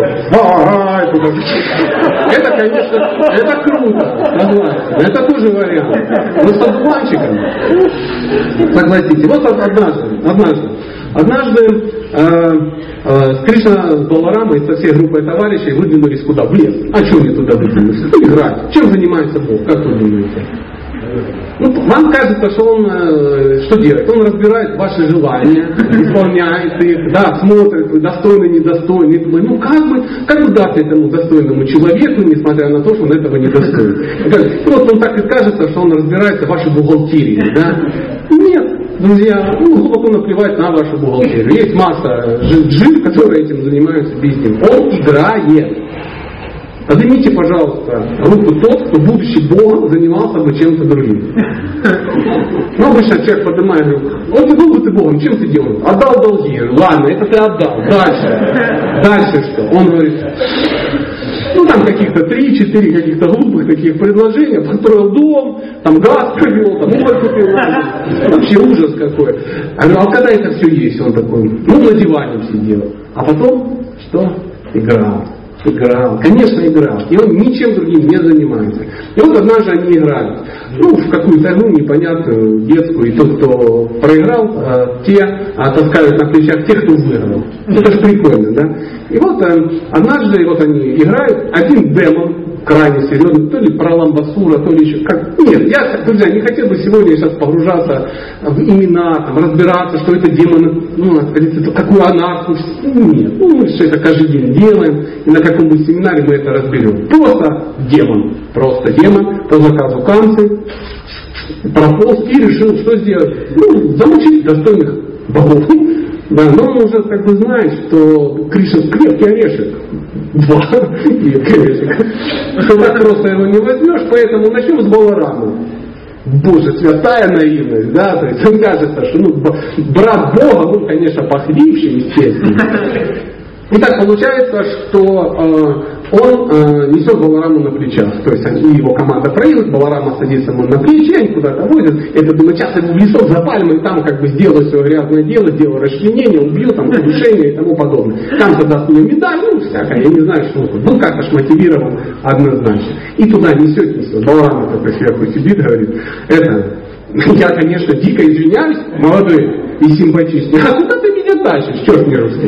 это, конечно, это круто, согласен. Это тоже вариант. Но с одуванчиком, согласитесь, вот однажды, однажды, однажды э, э, Кришна с Баларамой со всей группой товарищей выдвинулись куда? В лес. А что они туда выдвинулись? Играть. Чем занимается Бог? Как вы думаете? Ну, вам кажется, что он э, что делает? Он разбирает ваши желания, исполняет их, да, смотрит, вы достойны, недостойны. И думает: ну как бы, как бы дать этому достойному человеку, несмотря на то, что он этого не достоин. Просто он так и кажется, что он разбирается в вашей бухгалтерии. Да? Нет, друзья, ну, глубоко наплевать на вашу бухгалтерию. Есть масса джин, которые этим занимаются бизнесом. Он играет. Поднимите, пожалуйста, руку тот, кто, будучи Богом, занимался бы чем-то другим. Ну, обычно человек поднимает руку: вот ты был бы ты Богом, чем ты делал? Отдал долги. Ладно, это ты отдал. Дальше. Дальше что? Он говорит: ну, там каких-то три-четыре каких-то глупых таких предложения. Построил дом, там газ провел, там море купил. Вообще ужас какой. А говорю: а когда это все есть? Он такой: ну, на диване сидел. А потом что? Играл. Играл, конечно, играл. И он ничем другим не занимается. И вот однажды они играли. Ну, в какую-то игру непонятную, детскую. И тот, кто проиграл, те таскают на плечах тех, кто выиграл. Это же прикольно, да? И вот однажды вот они играют. Один демон, крайне серьезный, то ли про Ламбасура, то ли еще как. Нет, я, друзья, не хотел бы сегодня сейчас погружаться в имена, там, разбираться, что это демон, ну, это какую анархию. Нет, ну, мы все это каждый день делаем, и на каком-нибудь семинаре мы это разберем. Просто демон, просто демон, по заказу Канцы прополз и решил, что сделать? Ну, замучить достойных богов. Да, но он уже как бы знает, что Кришна крепкий орешек. Два крепкий орешек. Что так просто его не возьмешь, поэтому начнем с Баларамы. Боже, святая наивность, да, то есть он кажется, что ну, брат Бога, ну, конечно, похлебший, естественно. И так получается, что э, он э, несет Балараму на плечах. То есть они, его команда проедет, Баларама садится ему на плечи, они куда-то возят. Это думаю, сейчас ему в лесок за пальмой, там как бы сделал свое грязное дело, сделал расчленение, убил, там, удушение и тому подобное. Там-то даст мне медаль, ну, всякое, я не знаю, что он был как-то ж мотивирован однозначно. И туда несет, несет. Баларама такой сверху сидит, говорит, это, я, конечно, дико извиняюсь, молодой и симпатичный, а куда ты меня тащишь, черт не русский?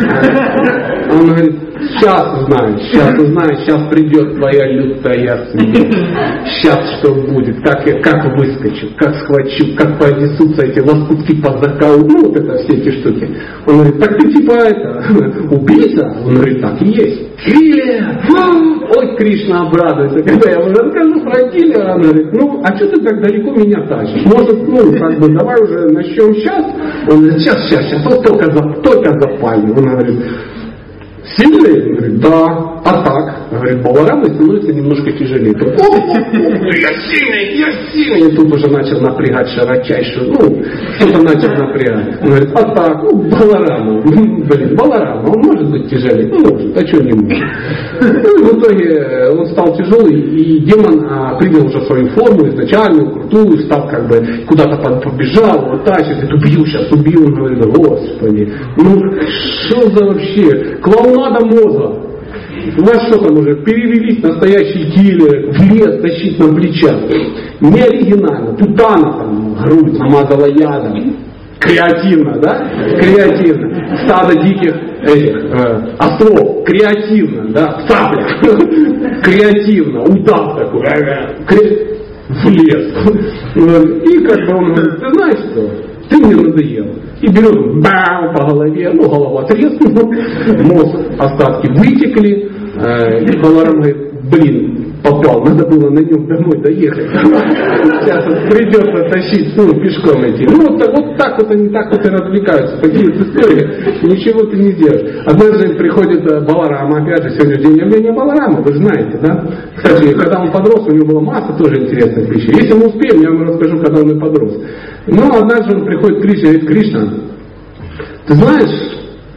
Он говорит, сейчас узнаешь, сейчас узнаешь, сейчас придет твоя лютая смерть. Сейчас что будет, как я, как выскочу, как схвачу, как понесутся эти лоскутки по закалу, ну вот это все эти штуки. Он говорит, так ты типа это, убийца? Он говорит, так и есть. Киллер! Ой, Кришна обрадуется, когда я ему расскажу про киллера. Он говорит, ну, а что ты так далеко меня тащишь? Может, ну, как бы, давай уже начнем сейчас? Он говорит, сейчас, сейчас, сейчас, вот только за, только за пальму. Он говорит, сильный? Он говорит, да. А так? Говорит, Баларама становится немножко тяжелее. О, я сильный, я сильный. И тут уже начал напрягать широчайшую, ну, кто-то начал напрягать. Он говорит, а так? Ну, Баларама. Блин, Баларама, он может быть тяжелее? Ну, может, а что не может? Ну, и в итоге он стал тяжелый, и демон а, принял уже свою форму, изначальную, крутую, стал как бы куда-то побежал, вот тащит, говорит, убью, сейчас убью. Он говорит, господи, ну, что за вообще клоунада мозга? У вас что там уже, перевелись настоящие киллеры, в лес тащить на плечах. Не оригинально. Путана там грудь намазала ядом. Креативно, да? Креативно. Стадо диких этих э, ослов. Креативно, да? Цапля. Креативно. Удав такой. Кре... В лес. И как бы он говорит, ты знаешь что? Ты мне надоел. И берет бау по голове, ну голова треснула, мозг, остатки вытекли, э, и Баларам говорит, блин, попал, надо было на нем домой доехать. Сейчас придется тащить, ну, пешком идти. Ну вот, вот так вот они так вот и развлекаются, такие истории, ничего ты не сделаешь. Однажды приходит Баларама, опять же, сегодня день явления Баларама, вы знаете, да? Кстати, когда он подрос, у него была масса тоже интересных вещей. Если мы успеем, я вам расскажу, когда он и подрос. Но однажды он приходит к Кришне и говорит, Кришна, ты знаешь,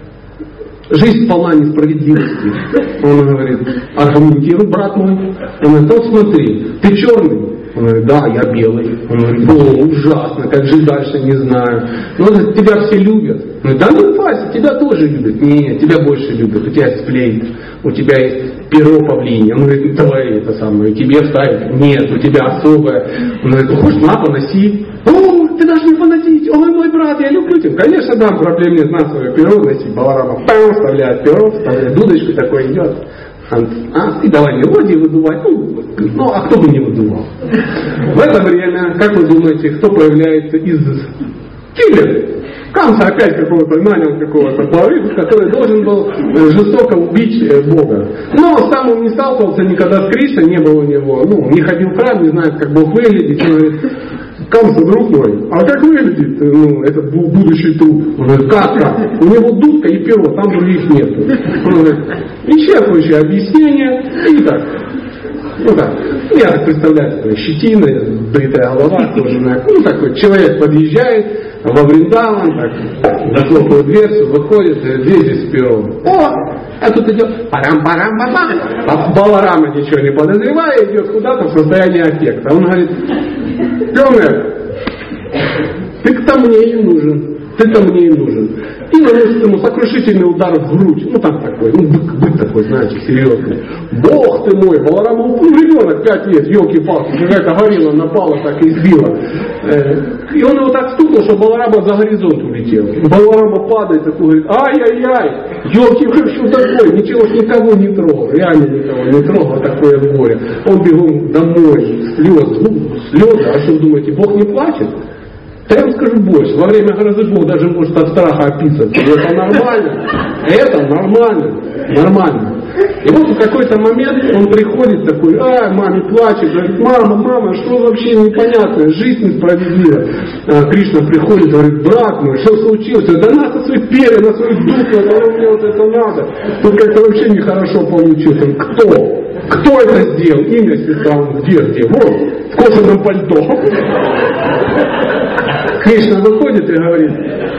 жизнь полна несправедливости. Он говорит, аргументируй, брат мой. Он говорит, вот смотри, ты черный? Он говорит, да, я белый. Он говорит, о, ужасно, как жить дальше, не знаю. Он говорит, тебя все любят. Он говорит, да ну Вася, тебя тоже любят. Нет, тебя больше любят, у тебя есть флейт, у тебя есть перо павлине. Он говорит, давай это самое, тебе вставить. Нет, у тебя особое. Он говорит, ну хочешь, на, поноси. О, ты дашь мне поносить, ой, мой брат, я люблю тебя. Конечно, да, проблем нет, на свое перо носи. Баларама пам, вставляет перо, вставляет дудочку, такой идет. А, и давай мелодии выдувать. Ну, ну, а кто бы не выдувал? В это время, как вы думаете, кто появляется из киллера? Камса опять какого-то нанял какого-то барыгу, который должен был жестоко убить Бога. Но сам он не сталкивался никогда с Кришной, не было у него, ну, не ходил в храм, не знает, как Бог выглядит. Он говорит, Камса, друг мой, а как выглядит ну, этот будущий труп? Он говорит, как так? У него дудка и перо, там других нет. Он говорит, исчерпывающее объяснение, и так. Ну так, я так представляю, такая щетина, бритая голова, тоже, ну такой человек подъезжает во Вриндаван, так, захлопывает дверцу, выходит, здесь здесь перо. О, а тут идет парам-парам-парам, а Баларама ничего не подозревая, идет куда-то в состоянии аффекта. Он говорит, Пёмер, ты-то мне и нужен. Ты-то мне и нужен. И наносит ему сокрушительный удар в грудь. Ну там такой, ну бык, бык такой, знаете, серьезный. Бог ты мой, Баларама, ну ребенок пять лет, елки-палки, какая-то горилла напала, так и избила. И он его так стукнул, что Баларама за горизонт улетел. Баларама падает, такой говорит, ай-яй-яй, елки, что такое, ничего ж никого не трогал, реально никого не трогал, такое горе. Он бегом домой, слезы, ну слезы, а что вы думаете, Бог не плачет? Да я вам скажу больше, во время грозы Бог даже может от страха описаться. Это нормально. Это нормально. Нормально. И вот в какой-то момент он приходит такой, а, маме плачет, говорит, мама, мама, что вообще непонятно, жизнь несправедлива. А Кришна приходит, говорит, брат мой, что случилось? Да на свои перья, на свою душу, а мне вот это надо. Тут как-то вообще нехорошо получилось. Он, кто? Кто это сделал? Имя сестра, где, где? Вот, в кожаном пальто. Кришна выходит и говорит: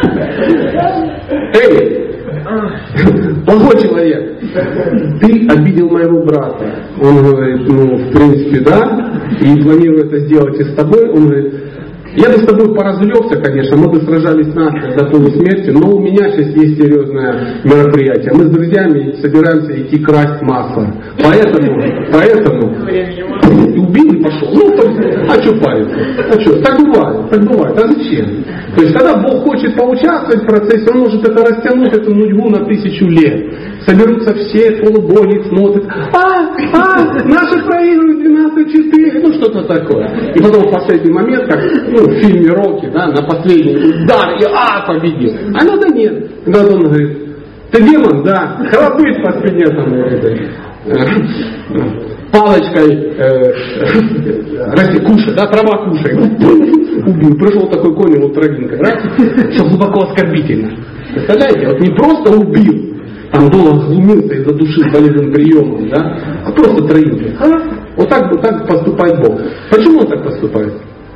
эй, плохой человек, ты обидел моего брата. Он говорит: ну, в принципе, да, и планирую это сделать и с тобой. Он говорит: я бы с тобой поразлегся, конечно, мы бы сражались насмерть до полусмерти, но у меня сейчас есть серьезное мероприятие. Мы с друзьями собираемся идти красть масло. Поэтому, поэтому убил и пошел. Ну, то есть, а что париться? А что? Так бывает, так бывает. А зачем? То есть, когда Бог хочет поучаствовать в процессе, Он может это растянуть, эту нудьгу на тысячу лет. Соберутся все полубоги, смотрят: а, а, наши проигрывают двенадцать четыре, ну что-то такое. И потом в последний момент, как ну, в фильме «Рокки», да, на последний удар, и а, победил. А надо нет. Когда он говорит: ты демон? Да. Хлопыт по спине там, этой, э, палочкой э, кушай, да, трава кушай. Убил. Пришел такой конь, его травинкой. Раз, все глубоко оскорбительно. Представляете? Вот не просто убил, там долго глумился и задушил болезненным приемом, да, а просто травинкой. Вот так, вот так поступает Бог. Почему Он так поступает?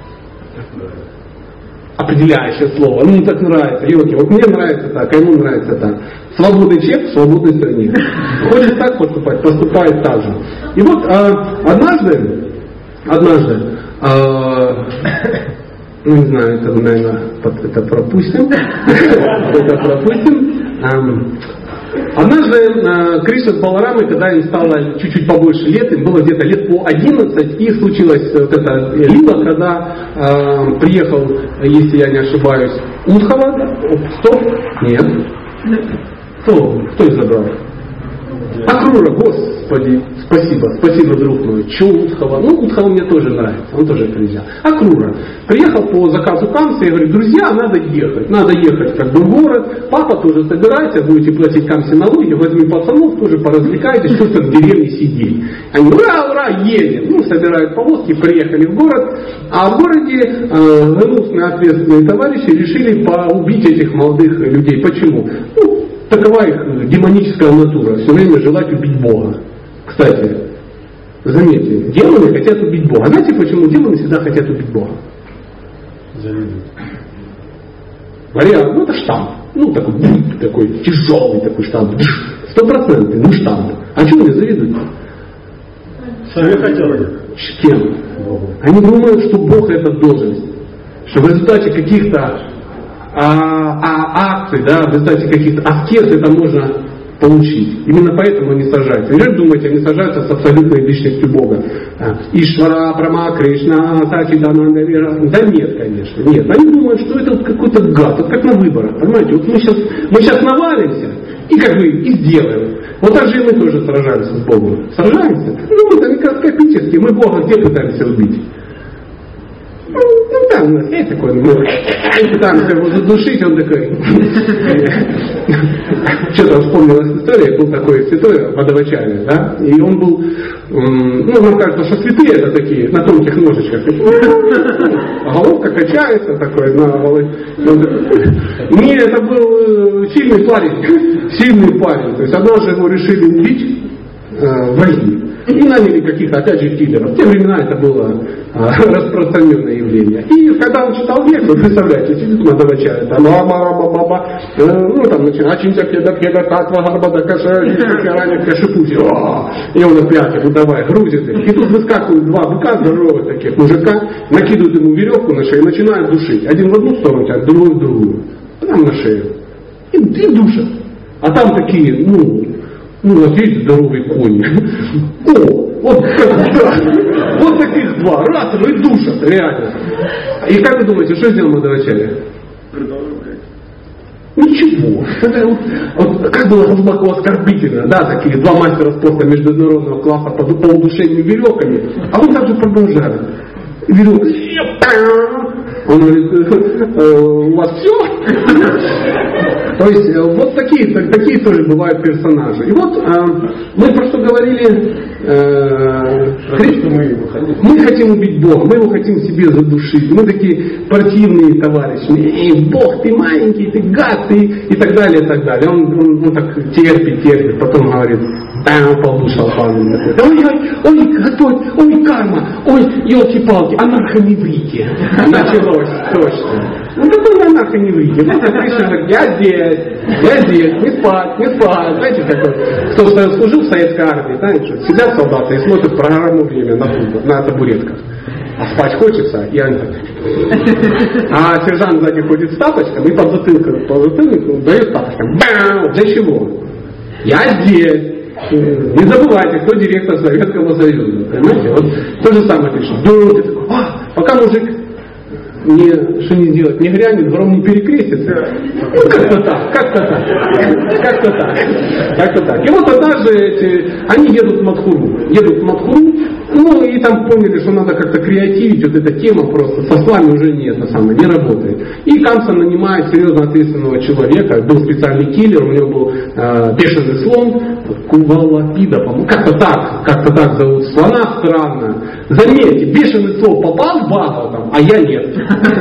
Определяющее слово. Ну, так нравится. Йоки, вот мне нравится так, а ему нравится так. Свободный человек в свободной стране. Хочет так поступать, поступает так же. И вот а, однажды, однажды, а, ну не знаю, это, наверное, это пропустим. Это пропустим. Однажды э, Кришна с Баларамой, когда им стало чуть-чуть побольше лет, им было где-то лет по одиннадцать, и случилась вот эта лила, когда э, приехал, если я не ошибаюсь, Удхава, да? Стоп? Нет. Кто? Кто их забрал? Акрура, Господи, спасибо, спасибо, друг мой. Че Удхава? Ну, Удхава мне тоже нравится, он тоже приезжал. Акрура приехал по заказу Камсы и говорит: друзья, надо ехать, надо ехать как бы в город, папа тоже собирается, будете платить Камсе налоги, возьми пацанов, тоже поразвлекайтесь, что-то в деревне сидеть. Они: ура, ура, едем. Ну, собирают повозки, приехали в город, а в городе э, гнусные ответственные товарищи решили поубить этих молодых людей. Почему? Ну, такова их демоническая натура, все время желать убить Бога. Кстати, заметьте, демоны хотят убить Бога. Знаете, почему демоны всегда хотят убить Бога? Завидуют. Вариант, ну это штамп. Ну такой, такой тяжелый такой штамп. Стопроцентный, ну штамп. А чего они завидуют? Сами хотят. С кем? Богу. Они думают, что Бог это должность. Что в результате каких-то а, а, акций, да, в результате каких-то аскез это можно получить. Именно поэтому они сажаются. Или думаете, они сажаются с абсолютной личностью Бога. Ишвара, Брахма, Кришна, Сачидананда, Вера. Да нет, конечно, нет. Они думают, что это вот какой-то гад, вот как на выборах. Понимаете, вот мы сейчас, мы сейчас навалимся и как бы и сделаем. Вот так же и мы тоже сражаемся с Богом. Сражаемся? Ну, это микроскопически. Мы Бога где пытаемся убить? Ну, да, у нас есть такой, мы пытаемся его задушить, он такой. Что-то вспомнилась история, был такой святой Водовачарья, да, и он был, ну, нам кажется, что святые это такие, на тонких ножичках, головка качается такой, на голове. Не, это был сильный парень, сильный парень, то есть однажды его решили убить враги. И наняли каких-то, опять же, киллеров. В те времена это было а, распространенное явление. И когда он читал век, вы представляете, сидит Мадхавачарья, там, ба-ба-ба-ба-ба, ну, там, начинает, ачинча, кеда, кеда, татва, гарбада, каша, караня, кашипути, и он опять, ну, давай, грузит их. И тут выскакивают два быка здоровых таких мужика, накидывают ему веревку на шею и начинают душить. Один в одну сторону тянет, другой в другую. Прямо на шею. И, и душат. А там такие, ну, ну, у нас есть здоровые кони. О, вот, да, вот таких два. Раз, и душат, реально. И как вы думаете, что сделал Мадхавачарья? Ничего. Это вот, вот, как было глубоко оскорбительно, да, такие два мастера спорта международного класса по, по удушению веревками, а он также продолжает. Веревка. Он говорит: э, у вас все? То есть вот такие, такие тоже бывают персонажи. И вот э, мы просто говорили, э, мы, мы хотим убить Бога, мы его хотим себе задушить. Мы такие противные товарищи. Эй, Бог, ты маленький, ты гад, ты и так далее, и так далее. Он, он, он так терпит, терпит, потом говорит, да, он полдушал пану. Ой, ой, ой, Господь, ой, карма, ой, елки-палки, анархоневрите. Началось, точно. Ну какой анархоневрите? Вот Кришна говорит, я здесь, я здесь, не спать, не спать. Знаете, такой, кто служил в советской армии, знаете, что сидят солдаты и смотрят программу «Время» на, на табуретках. А спать хочется, и они так. А сержант сзади ходит с тапочком и под затылком, по затылку дает тапочком. Бам! Для чего? Я здесь. Не забывайте, кто директор Советского Союза. Понимаете? Вот то же самое пишет. Да, ты такой, а, пока мужик не, что не делать, не грянет, гром не перекрестится. Ну, как-то так, как-то так. Как-то так. Как-то так. И вот однажды эти, они едут в Мадхуру. Едут в Мадхуру, ну и там поняли, что надо как-то креативить, вот эта тема просто со словами уже не, это самое, не работает. И Камса нанимает серьезно ответственного человека, был специальный киллер, у него был э, бешеный слон, Кувалапида, по-моему, как-то так, как-то так зовут слона, странно. Заметьте, бешеный слон попал в Бхагаватам, а я нет.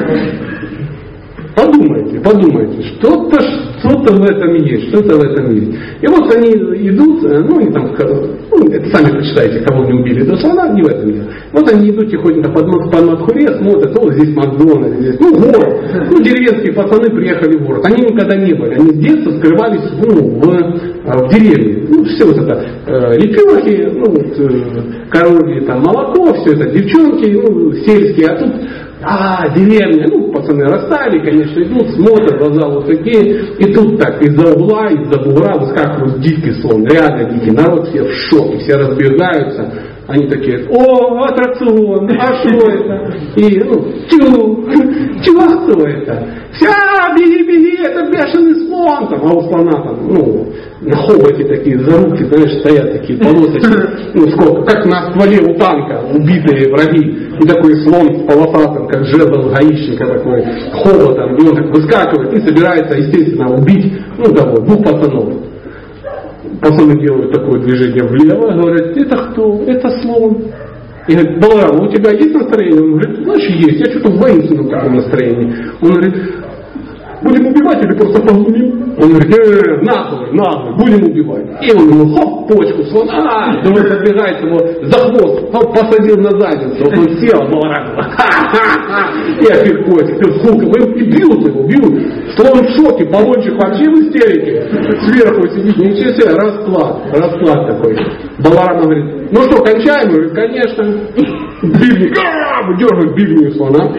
Подумайте, подумайте, что-то, что-то в этом есть, что-то в этом есть. И вот они идут, ну, они там, ну, это сами почитайте, кого не убили до слона, не в этом дело. Вот они идут тихонько под, под Мадхуре, смотрят, о, здесь Макдональдс, здесь, ну, город. Ну, деревенские пацаны приехали в город. Они никогда не были, они с детства скрывались, ну, в, в деревне. Ну, все вот это, э, лепехи, ну, вот, э, коровьи, там, молоко, все это, девчонки, ну, сельские, а тут а, деревня, ну, пацаны расстали, конечно, идут, смотрят, глаза вот такие, и тут так из-за угла, из-за бугра выскакивает дикий слон, реально дикий, народ все в шоке, все разбегаются, они такие, о, аттракцион, а что это? И, ну, чу, чу, а кто это? Вся, беги, беги, это бешеный слон, там, а у слона там, ну, на хоботе такие, за руки, знаешь, стоят такие полосочки, ну, сколько, как на стволе у танка, убитые враги, и такой слон с полосатым, как жезл гаишника такой, хоботом, и он так выскакивает и собирается, естественно, убить, ну, того, двух пацанов. Пацаны делают такое движение влево, говорят, это кто? Это слон. И говорит, Баларам, у тебя есть настроение? Он говорит, значит есть, я что-то в воинственном таком настроении. Он говорит, будем убивать или просто поглумим? Он говорит, э, нахуй, нахуй, будем убивать. И он ему, хоп, почку, слон, а, думает, забегает его за хвост, хоп, посадил на задницу. Вот он сел, Баларам, ха-ха-ха, и опять котик, и сколько, и бьют его, бьют. Слон в шоке, баллончик вообще в истерике. Сверху сидит, ничего себе, расклад, расклад такой. Баларам говорит, ну что, кончаем? Он говорит, конечно. Бивник, дергает бивню слона.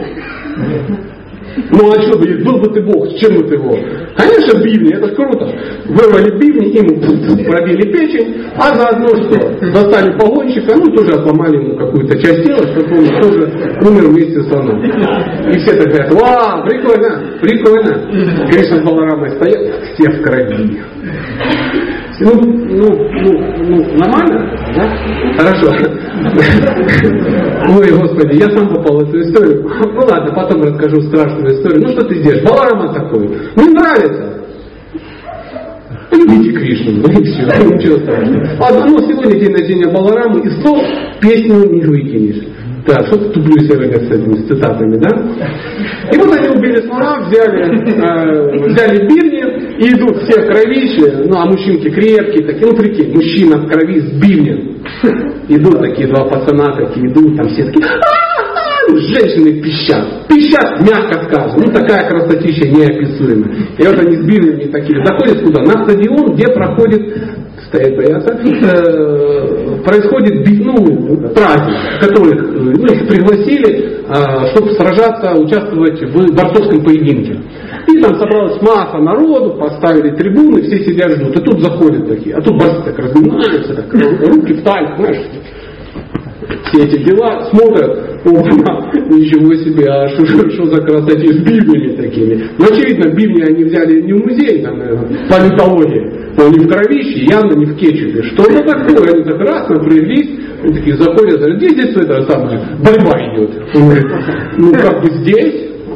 Ну а что, был бы ты Бог, с чем бы ты его? Конечно, бивни, это ж круто. Вырвали бивни, ему пробили печень, а заодно что? Достали погонщика, ну тоже отломали ему какую-то часть тела, чтобы он тоже умер вместе с слоном. И все так говорят, вау, прикольно, прикольно. Кришна с Баларамой стоят, все в крови. Ну, ну, ну, ну, нормально, да? Хорошо. Ой, Господи, я сам попал в эту историю. Ну ладно, потом расскажу страшную историю. Ну что ты сделаешь? Баларама такой. Не нравится. Любите Кришну, ну и все, ничего страшного. Ладно, ну сегодня день рождения Баларамы, и слов песню не выкинешь. Так, что-то туплю сегодня с этими с цитатами, да? И вот они убили слона, взяли, э, взяли бивни и идут все в кровище, ну а мужчинки крепкие, такие, ну прикинь, мужчина в крови с бивнем. Идут такие два пацана, такие идут, там все такие, а-а-а! Женщины пищат, пищат, мягко скажем, ну такая красотища неописуемая. И вот они с бивнями такие, заходят куда? На стадион, где проходит стоит бояться, э, происходит ну, праздник, которых ну, их пригласили, э, чтобы сражаться, участвовать в борцовском поединке. И там собралась масса народу, поставили трибуны, все сидят ждут. И тут заходят такие, а тут борцы так разминаются, так, руки в тальку, знаешь, все эти дела, смотрят, о, ничего себе, а что, что за красоте с бивнями такими. Ну, очевидно, бивни они взяли не в музей, там, наверное, политологии, но они в кровище, явно не в кетчупе. Что это такое? Они так раз напряглись, они такие заходят, говорят, где здесь это самое, борьба идет? Он говорит, ну как бы здесь.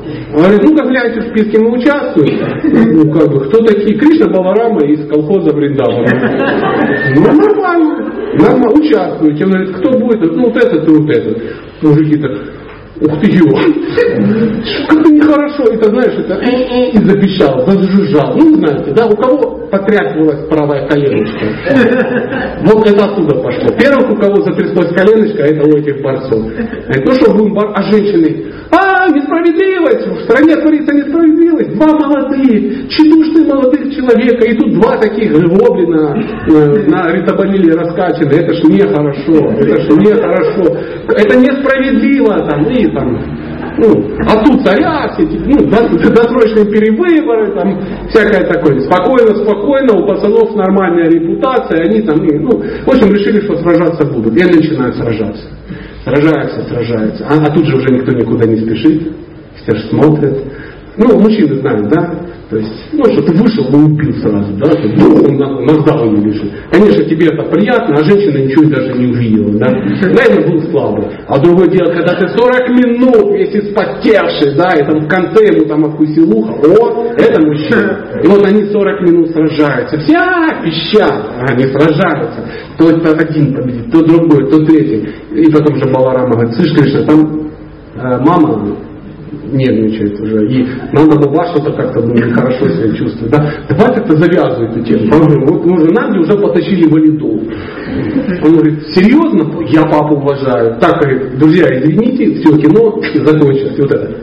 Говорит, ну-ка гляньте в списке, мы участвуем. Ну, как бы, кто такие? Кришна Баларама из колхоза Вриндавана. Ну, нормально, нормально, участвуете. Он говорит, кто будет? Ну, вот этот и вот этот. Мужики так, ух ты, ё, как-то нехорошо, это, знаешь, это и запищал, зажужжал. Ну, знаете, да, у кого потряхивалась правая коленочка? Вот это оттуда пошло. Первых, у кого затряслась коленочка, это у этих борцов. Ну что, будем бор... А женщины, а, несправедливость, в стране творится несправедливость. Два молодые, тщедушные молодых человека, и тут два таких гоблина э, на ритобалиле раскачаны. Это ж нехорошо, это ж нехорошо. Это несправедливо, там, и там, ну, а тут царя, все эти, ну, досрочные перевыборы, там, всякое такое. Спокойно, спокойно, у пацанов нормальная репутация, они там, и, ну, в общем, решили, что сражаться будут. И они начинают сражаться. Сражаются, сражаются. А, а тут же уже никто никуда не спешит. Все же смотрят. Ну, мужчины знают, да? То есть, ну, что ты вышел и убил сразу, да? Ты бум, наждал ему лишь. Конечно, тебе это приятно, а женщина ничего даже не увидела, да? Наверное, был слабый. А другое дело, когда ты сорок минут весь испотевший, да, и там в конце ему там откусил ухо, о, это мужчина. И вот они сорок минут сражаются. Вся пищат, они сражаются. То это один победит, то другой, то третий. И потом же Баларама говорит, слышь, Кришна, там э, мама нервничает уже, и надо было что-то как-то ну, нехорошо себя чувствовать. Да? Давай как-то завязывай эту тему. Вот мы уже Нанди уже потащили валидол. Он говорит, серьезно? Я папу уважаю. Так, говорит, друзья, извините, все, кино закончилось. Вот это.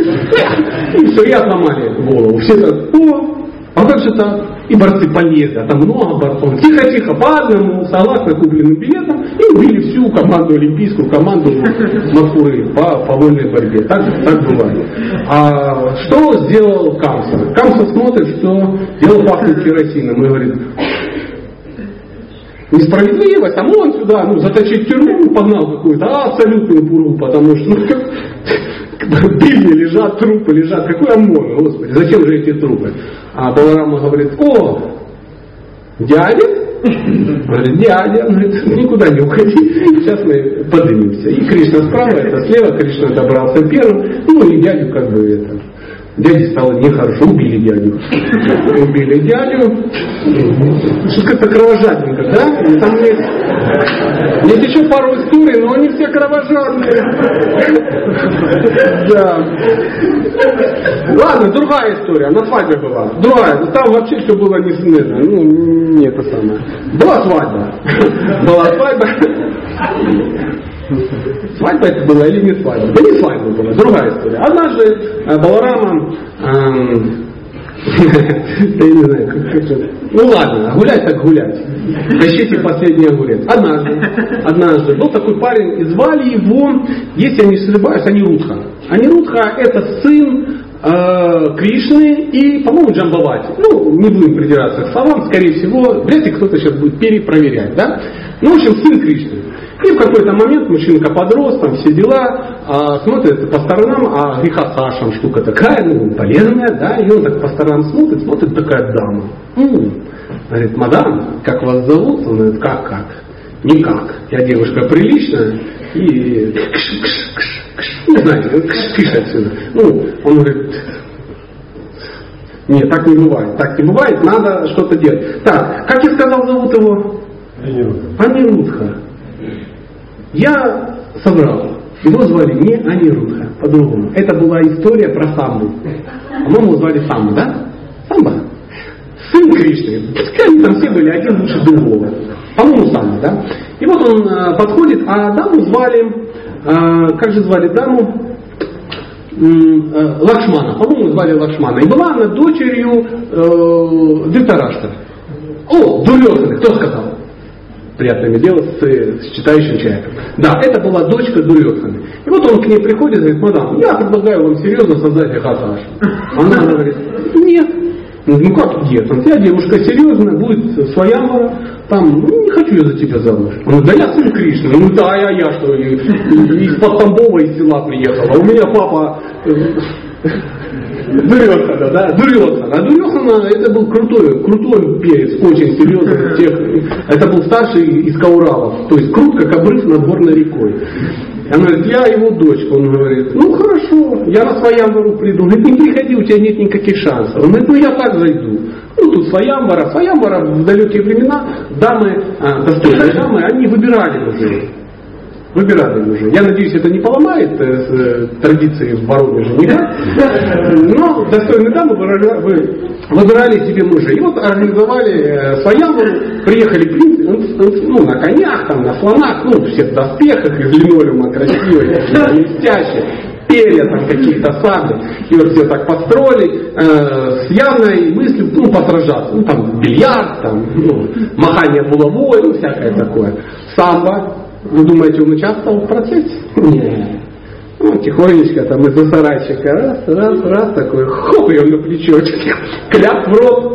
И все, и отломали голову. Все так, о, а как же так? И борцы полезли, а там много борцов. Тихо-тихо, по одному, согласно купленным билетам, и убили всю команду, олимпийскую команду Махуры по, по вольной борьбе. Так, так бывает. А что сделал Камса? Камса смотрит, что дело пахнет керосином и говорит, несправедливость, а он сюда ну, заточить тюрьму погнал какую-то абсолютную пуру, потому что ну, бильни лежат, трупы лежат. Какой ОМОН, Господи, зачем же эти трупы? А Баларама говорит, о, дядя? Говорит, дядя, говорит, никуда не уходи, сейчас мы поднимемся. И Кришна справа, это слева, Кришна добрался первым, ну и дядю как бы это. Дяде стало нехорошо, убили дядю. Убили дядю. Что как-то кровожадненько, да? И там есть, есть еще пару историй, но они все кровожадные. Да. Ладно, другая история. На свадьбе была. Другая. Там вообще все было не смешно. Ну, не это самое. Была свадьба. Была свадьба. Свадьба это была или не свадьба? Да не свадьба была, другая история. Однажды Баларама, эм, я не знаю, как, как это, ну ладно, гулять так гулять. Тащите последний огурец. Однажды, однажды был такой парень, и звали его, если я не ошибаюсь, Анирудха. Анирудха это сын э, Кришны и, по-моему, Джамбавати. Ну, не будем придираться к словам, скорее всего, вряд ли кто-то сейчас будет перепроверять, да? Ну, в общем, сын Кришны. И в какой-то момент мужчинка подрос, там все дела, а, смотрит по сторонам, а греха Сашам штука такая, ну, полезная, да, и он так по сторонам смотрит, смотрит такая дама. М-м. Говорит, мадам, как вас зовут? Он говорит, как, как? Никак. Я девушка приличная и не знаю, кш отсюда. Ну, он говорит, нет, так не бывает, так не бывает, надо что-то делать. Так, как я сказал, зовут его? Анирудха. Я соврал. Его звали не Анирудха, по-другому. Это была история про Самбу. По-моему, звали Самбу, да? Самба. Сын Кришны. Они там все были один лучше другого. По-моему, Самба, да? И вот он э, подходит, а даму звали, э, как же звали даму? Э, Лакшмана. По-моему, звали Лакшмана. И была она дочерью э, Dhritarashtra. О, Дурьодханы, кто сказал? Приятное дело с, с читающим человеком. Да, это была дочка Дурьодханы. И вот он к ней приходит и говорит, мадам, я предлагаю вам серьезно создать Вихаташ. Она говорит, нет. Ну как нет? Он, я девушка серьезная, будет своя, там, ну, не хочу я за тебя замуж. Он говорит, да я сын Кришны. Ну да, я, я что, из-под Тамбова, из села приехала. У меня папа... Дурьодхана, да, Дурьодхана. А Дурьодхана это был крутой, крутой перец, очень серьезный. Тех, это был старший из Кауравов, то есть крут, как обрыв над горной рекой. Она говорит, я его дочка. Он говорит, ну хорошо, я на Своямвару приду. Он говорит, не приходи, у тебя нет никаких шансов. Он говорит, ну я так зайду. Ну тут Своямвара. Своямвара в далекие времена дамы, а, достойные дамы, они выбирали уже. Выбирали уже. Я надеюсь, это не поломает э, традиции в Воронеже никак. Но достойные дамы выбирали, выбирали себе мужей. И вот организовали э, Своямвару, приехали принцы, ну, на конях, там, на слонах, ну, все в доспехах из линолеума красивые, блестящие, перья там каких-то сабли. И вот все так построили э, с явной мыслью, ну, посражаться. Ну, там, бильярд, там, ну, махание булавой, ну, всякое такое. Самбо. Вы думаете, он участвовал в процессе? Нет. Ну, тихонечко там из-за сарайчика, раз, раз, раз, такой, хоп, ее на плечо, кляп в рот,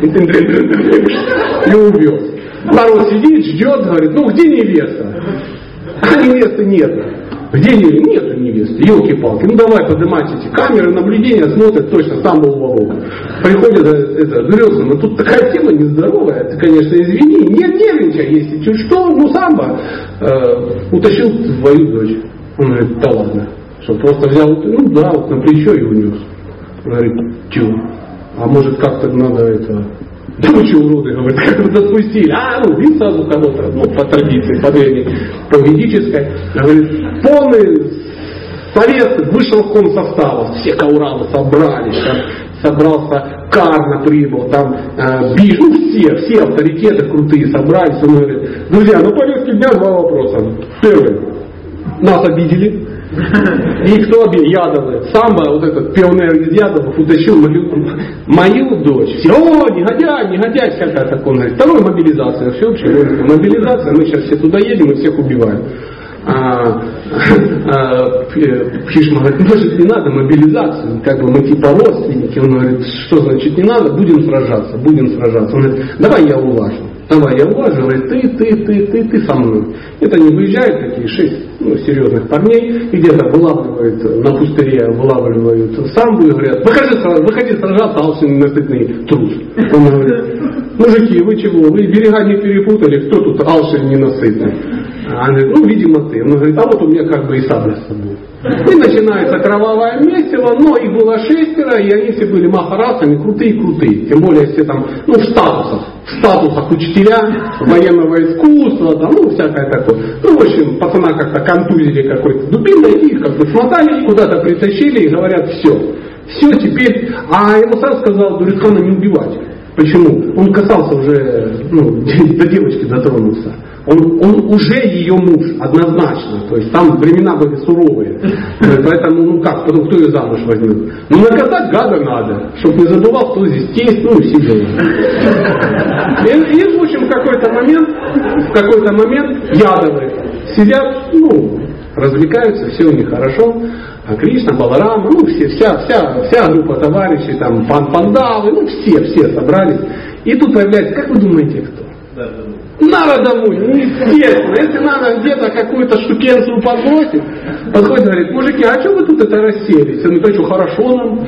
и увез. Народ сидит, ждет, говорит, ну где невеста? А невесты нет. Где невеста? Нету невесты, елки-палки. Ну давай поднимать эти камеры наблюдения, смотрят, точно, сам был уголок. Приходит это, берется, но тут такая тема нездоровая, ты, конечно, извини, не нервничай, если чуть что, ну самбо э, утащил твою дочь. Он говорит, да ладно, что просто взял, ну да, вот на плечо и унес. Он говорит, чего? А может как-то надо это... Да вы что, уроды, говорит, как вы допустили? А, ну, бил сразу кого-то, ну, по традиции, по древней, по ведической. Говорит, полный совет вышел в комсоставов, все кауралы собрались, там собрался Карна прибыл, там э, Биш, ну все, все авторитеты крутые собрались. Он говорит, друзья, ну повестки дня два вопроса. Первый, нас обидели. И кто обидел? Ядовы. Самбо, вот этот пионер из Ядовых, утащил мою, мою дочь. Все, о, негодяй, негодяй, всякая такая. Он говорит, второй мобилизация, всеобщая мобилизация, мы сейчас все туда едем и всех убиваем. А, а, Пишма говорит, может не надо мобилизацию, как бы мы типа родственники. Он говорит, что значит не надо, будем сражаться, будем сражаться. Он говорит, давай я улажу. Давай я улажу, говорит, ты, ты, ты, ты, ты со мной. Это не выезжают такие шесть ну, серьезных парней, и где-то вылавливают на пустыре, вылавливают самбу и говорят, выходи, выходи сражаться, алчный ненасытный трус. Он говорит, мужики, вы чего, вы берега не перепутали, кто тут алчный ненасытный? А он говорит, ну, видимо, ты. Он говорит, а вот у меня как бы и сабля с собой. И начинается кровавое месиво, но их было шестеро, и они все были махарасами, крутые-крутые. Тем более все там, ну, в статусах. В статусах учителя, военного искусства, там, ну, всякое такое. Ну, в общем, пацана как-то контузили какой-то дубиной, и их как бы смотали, куда-то притащили и говорят, все. Все теперь, а ему сам сказал Дурисхана не убивать. Почему? Он касался уже, ну, до девочки дотронулся. Он, он уже ее муж, однозначно. То есть там времена были суровые. Поэтому, ну как, потом кто ее замуж возьмет? Ну наказать гада надо, чтобы не забывал, кто здесь тесть, ну и все дела. И, и в общем, в какой-то момент, в какой-то момент ядовы сидят, ну, развлекаются, все у них хорошо. А Кришна, Баларама, ну все, вся, вся, вся группа товарищей, там, пан Пандавы, ну все, все собрались. И тут появляется, как вы думаете, кто? Да, да. Народовой, ну естественно, если надо где-то какую-то штукенцию подбросить, подходит и говорит, мужики, а что вы тут это расселись? Ну, это что, хорошо нам?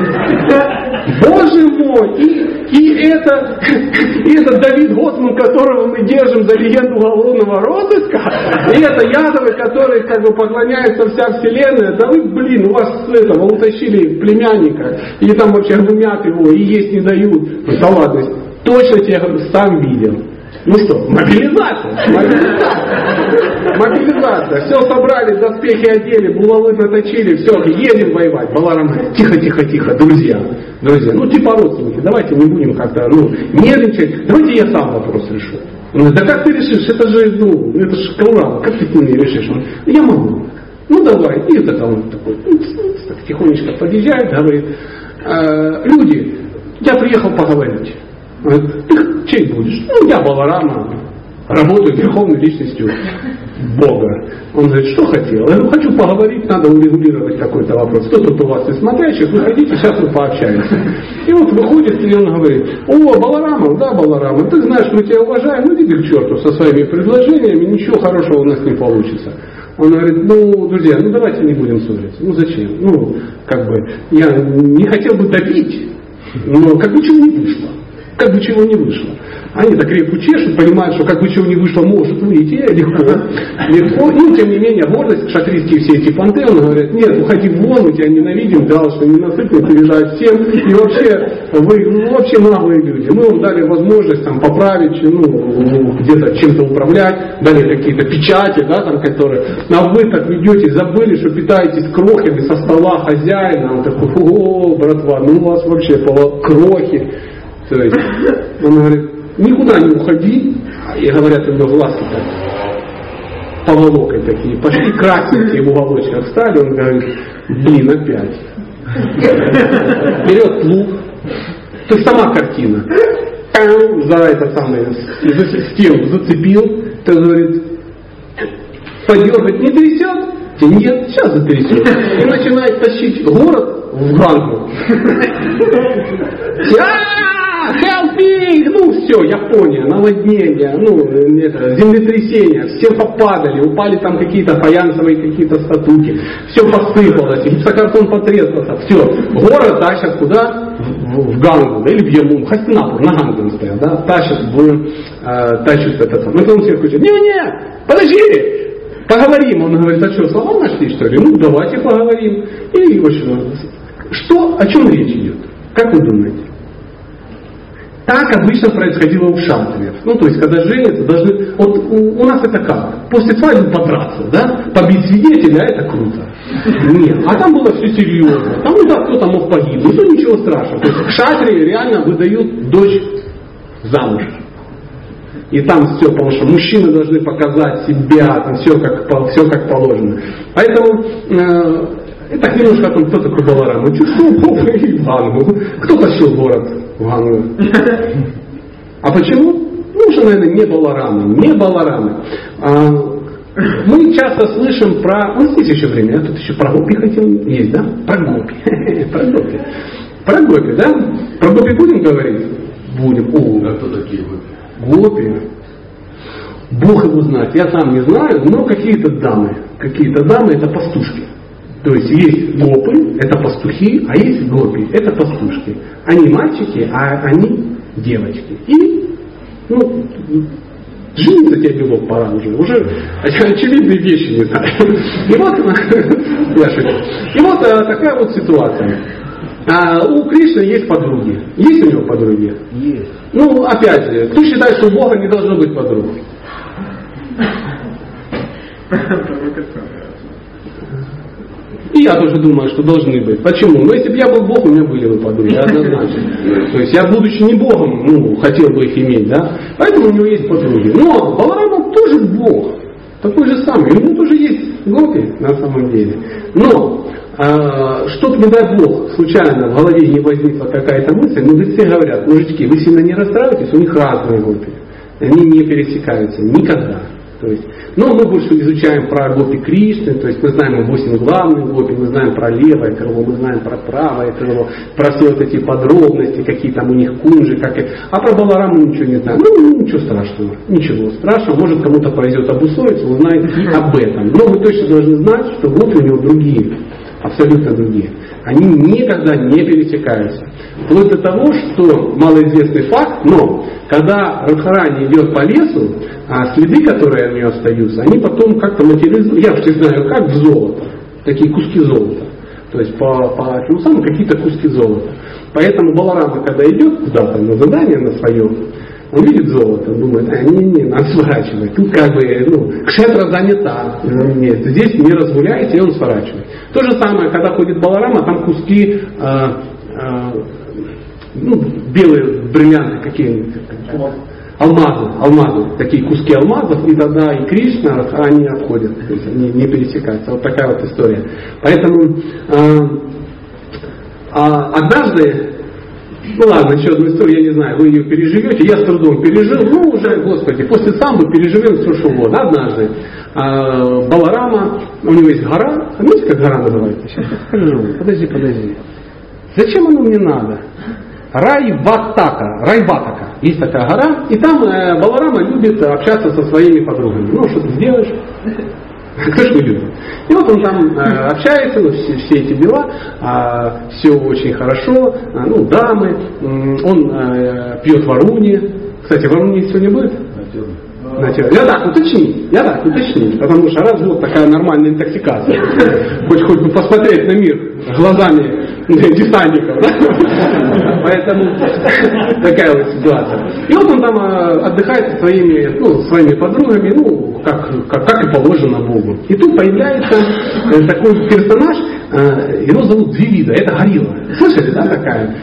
Боже мой, и, и, это, и это Давид Готман, которого мы держим за легенду уголовного розыска, и это Ядовы, которые как бы поклоняются вся вселенная, да вы, блин, у вас этого утащили племянника, или там вообще гумят его, и есть не дают. Да ладно, точно я сам видел. Ну что, мобилизация, мобилизация, мобилизация, все собрали, доспехи одели, булавы наточили, все, едем воевать. Баларам, тихо, тихо, тихо, друзья, друзья, ну типа родственники, давайте не будем как-то, ну, нервничать, давайте я сам вопрос решу. Он говорит, да как ты решишь, это же, ну, это же Каурал, как ты с ними решишь? Он говорит, я могу, ну давай, и это он такой, ну, так, тихонечко подъезжает, говорит, э, люди, я приехал поговорить. Ты чей будешь? Ну, я Баларама, работаю верховной личностью Бога. Он говорит, что хотел? Я говорю, хочу поговорить, надо урегулировать какой-то вопрос. Кто тут у вас из смотрящих? Выходите, сейчас мы пообщаемся. И вот выходит, и он говорит, о, Баларама, да, Баларама, ты знаешь, мы тебя уважаем, ну иди к черту со своими предложениями, ничего хорошего у нас не получится. Он говорит, ну, друзья, ну давайте не будем ссориться. Ну зачем? Ну, как бы, я не хотел бы добить, но как бы ничего не вышло. как бы чего не вышло. Они так крепко чешут, понимают, что как бы чего не вышло, может выйти легко. Легко. И тем не менее гордость, шатрийские все эти понты, он говорит, нет, уходи вон, мы тебя ненавидим, дал, что не насыпный, передай всем. И вообще, вы ну, вообще наглые люди. Мы вам дали возможность там, поправить, ну, где-то чем-то управлять, дали какие-то печати, да, там, которые. А вы так ведете, забыли, что питаетесь крохами со стола хозяина. Он такой, о, братва, ну у вас вообще крохи. То есть, он говорит, никуда не уходи, и говорят ему глазки так, поволокой такие, пошли красненькие в уголочках встали, он говорит, блин, опять. Берет лук, то есть сама картина, за это самое, стену зацепил, то говорит, подергать не трясет? Нет, сейчас затрясет. И начинает тащить город в Гангу. Help me! Ну все, Япония, наводнение, ну, это, землетрясение, все попадали, упали там какие-то фаянсовые какие-то статуки, все посыпалось, гипсокартон потрескался, все, город тащат куда? В, в Гангу, да, или в Ямун, Хастинапур, на Гангу стоят, да, тащат в, э, тащат этот сам. Это он все кричит, не-не, подожди, поговорим. Он говорит, а что, слова нашли что ли? Ну давайте поговорим. И очень что, о чем речь идет? Как вы думаете? Так обычно происходило у шатров. Ну, то есть, когда женятся, должны... Вот у, у нас это как? После свадьбы подраться, да? Побить свидетеля, это круто. Нет. А там было все серьезно. Там, ну да, кто-то мог погибнуть, ну ничего страшного. То есть, шатре реально выдают дочь замуж. И там все, потому что мужчины должны показать себя, там все как, все как положено. Поэтому... Э, это немножко о том, кто такой Баларам. Ну, что, и в Гангу. Кто тащил город в Гангу? А почему? Ну, что, наверное, не Баларамы. Не Баларамы. А, мы часто слышим про... Ну, здесь еще время. Я тут еще про Гопи хотел. Есть, да? Про Гопи. Про Гопи. Про Гопи, да? Про Гопи будем говорить? Будем. О, а кто такие Гопи? Гопи. Бог его знает. Я сам не знаю, но какие-то дамы. Какие-то дамы это пастушки. То есть есть гопы, это пастухи, а есть гопи, это пастушки. Они мальчики, а они девочки. И, ну, жениться тебе, белок, пора уже. Уже очевидные вещи не знаю. И вот, я шучу. И вот такая вот ситуация. А у Кришны есть подруги. Есть у него подруги? Есть. Ну, опять же, кто считает, что у Бога не должно быть подруг? И я тоже думаю, что должны быть. Почему? Ну, если бы я был Бог, у меня были бы подруги, однозначно. То есть я, будучи не Богом, ну, хотел бы их иметь, да? Поэтому у него есть подруги. Но Баларама тоже Бог. Такой же самый. У него тоже есть гопи, на самом деле. Но, э, чтоб, не дай Бог, случайно в голове не возникла какая-то мысль, ну, все говорят, мужички, вы сильно не расстраивайтесь, у них разные гопи. Они не пересекаются никогда. То есть, но мы больше изучаем про гопи Кришны, то есть мы знаем восемь главных гопи, мы знаем про левое крыло, мы знаем про правое крыло, про все вот эти подробности, какие там у них кунжи, как и... А про Балараму ничего не знаем. Ну, ничего страшного, ничего страшного, может кому-то повезет обусловиться, узнает и об этом. Но мы точно должны знать, что гопи у него другие, абсолютно другие. Они никогда не пересекаются. Вплоть до того, что малоизвестный факт, но когда Радхарани идет по лесу, а следы, которые от нее остаются, они потом как-то материализуются, я уж не знаю как, в золото. Такие куски золота. То есть по, по этому самому какие-то куски золота. Поэтому Баларама, когда идет куда-то на задание на свое, он видит золото, думает, а не-не, надо сворачивать. Тут как бы, ну, кшетра занята. Нет, здесь не разгуляете, и он сворачивает. То же самое, когда ходит Баларама, там куски, э, э, ну, белые бриллианты какие-нибудь. Алмазы, алмазы, такие куски алмазов, и тогда и Кришна, они отходят, то есть они не пересекаются. Вот такая вот история. Поэтому э, а однажды, ну ладно, еще одну историю, я не знаю, вы ее переживете, я с трудом пережил, ну уже, Господи, после самбы переживем все, что угодно. Однажды э, Баларама, у него есть гора, знаете, как гора называется? Сейчас я скажу, подожди, подожди. Зачем оно мне надо? Райватака, Райватака. Есть такая гора, и там э, Баларама любит общаться со своими подругами. Ну, что ты сделаешь? Кто ж не любит? И вот он там э, общается, ну, все, все эти дела, э, все очень хорошо, э, ну, дамы, э, он э, пьет варуни. Кстати, варуни сегодня будет? Я так уточни, я так уточни, потому что раз вот такая нормальная интоксикация, хоть хоть бы посмотреть на мир глазами десантников, да? Поэтому такая вот ситуация. И вот он там отдыхает со своими, ну, своими подругами, ну, как, как, как и положено Богу. И тут появляется такой персонаж, его зовут Двивида, это горилла. Слышали, да, такая?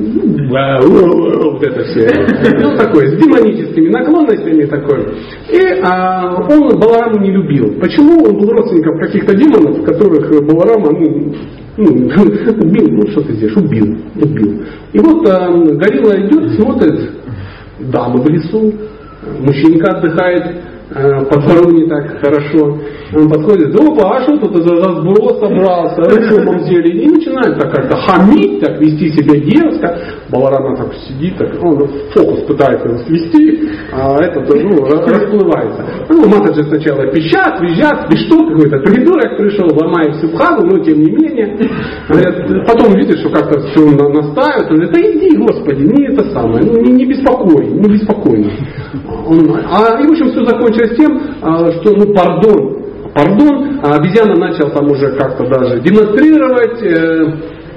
Вот это все. Ну, такой, с демоническими наклонностями такой. И а, он Балараму не любил. Почему? Он был родственником каких-то демонов, которых Баларама, ну, ну, убил, ну что ты здесь, убил, убил. И вот а, горилла идет, смотрит, дамы в лесу, мужчинка отдыхает, а, под варуни так хорошо. Он подходит, опа, а что тут за разброс собрался, в самом деле, и начинает так как-то хамить, так вести себя дерзко. Баларама так сидит, так, он фокус пытается его свести, а этот, ну, расплывается. Ну, Матаджи сначала пищат, визжат, и что, какой-то придурок пришел, ломает всю бхагу, но тем не менее. Говорят, потом видишь, что как-то все настаивает, он говорит, да иди, Господи, не это самое, ну, не, не беспокой, не беспокойно. Он, а, и в общем все закончилось тем, что, ну, пардон, Пардон, а обезьяна начал там уже как-то даже демонстрировать э,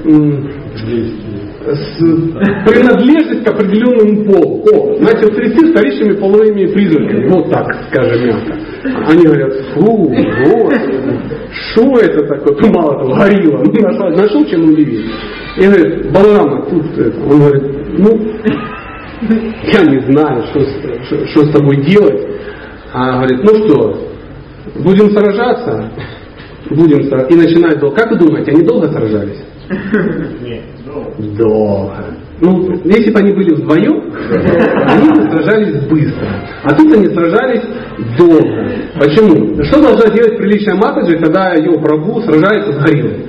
э, с, принадлежность к определенному полу. О, начал трясти вторичными половыми признаками. Вот так, скажем мягко. Они говорят, фу, вот, что это такое? Ты мало того, горилла. Ну, нашел, нашел чем удивить. И говорит, Баларама, тут это. Он говорит, ну, я не знаю, что, что, что с тобой делать. А говорит, ну что, будем сражаться? Будем сражаться. И начинает долго. Как вы думаете, они долго сражались? Нет, долго. Долго. Ну, если бы они были вдвоем, они бы сражались быстро. А тут они сражались долго. Почему? Что должна делать приличная Матаджи, когда ее Прабху сражается с гориллой?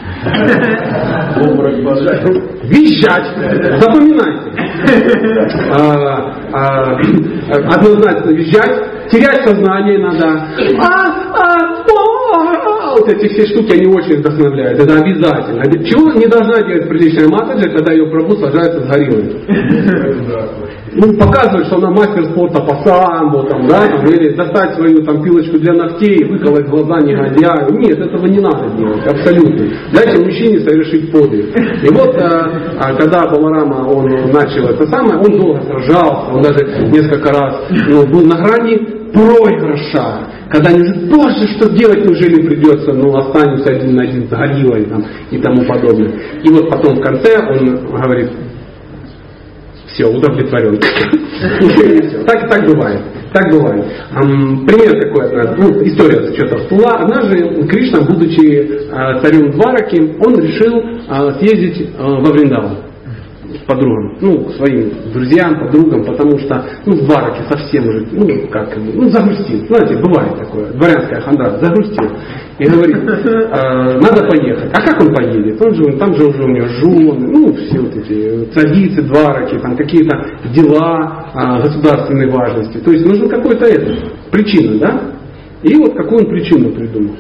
Визжать. Запоминайте. А, а, однозначно визжать. Терять сознание иногда. А, а, а, вот эти все штуки, они очень вдохновляют. Это обязательно. Чего не должна делать приличная Матаджи, когда ее Прабху сражается с гориллой? Ну, показывает, что она мастер спорта по самбо, там, да, там, или достать свою там, пилочку для ногтей, выколоть глаза негодяю. Нет, этого не надо делать, абсолютно. Дайте мужчине совершить подвиг. И вот, а, когда Баларама, он начал это самое, он долго сражался, он даже несколько раз ну, был на грани проигрыша. Когда они уже, боже, что делать, неужели придется, ну, останемся один на один с гориллой там, и тому подобное. И вот потом в конце он говорит, все, удовлетворен. Так, так бывает. Так бывает. Um, пример такой, ну, история что-то всплыла. Однажды Кришна, будучи uh, царем Двараки, он решил uh, съездить uh, во Вриндаван с подругам, ну, к своим друзьям, подругам, потому что, ну, в Двараке совсем уже, ну, как, ну, загрустил. Знаете, бывает такое, дворянская хандра, загрустил. И говорит, э, надо поехать. А как он поедет? Он же, там же уже у него жены, ну, все вот эти царицы, Двараки, там какие-то дела э, государственной важности. То есть нужно какой-то это, причина, да? И вот какую он причину придумал.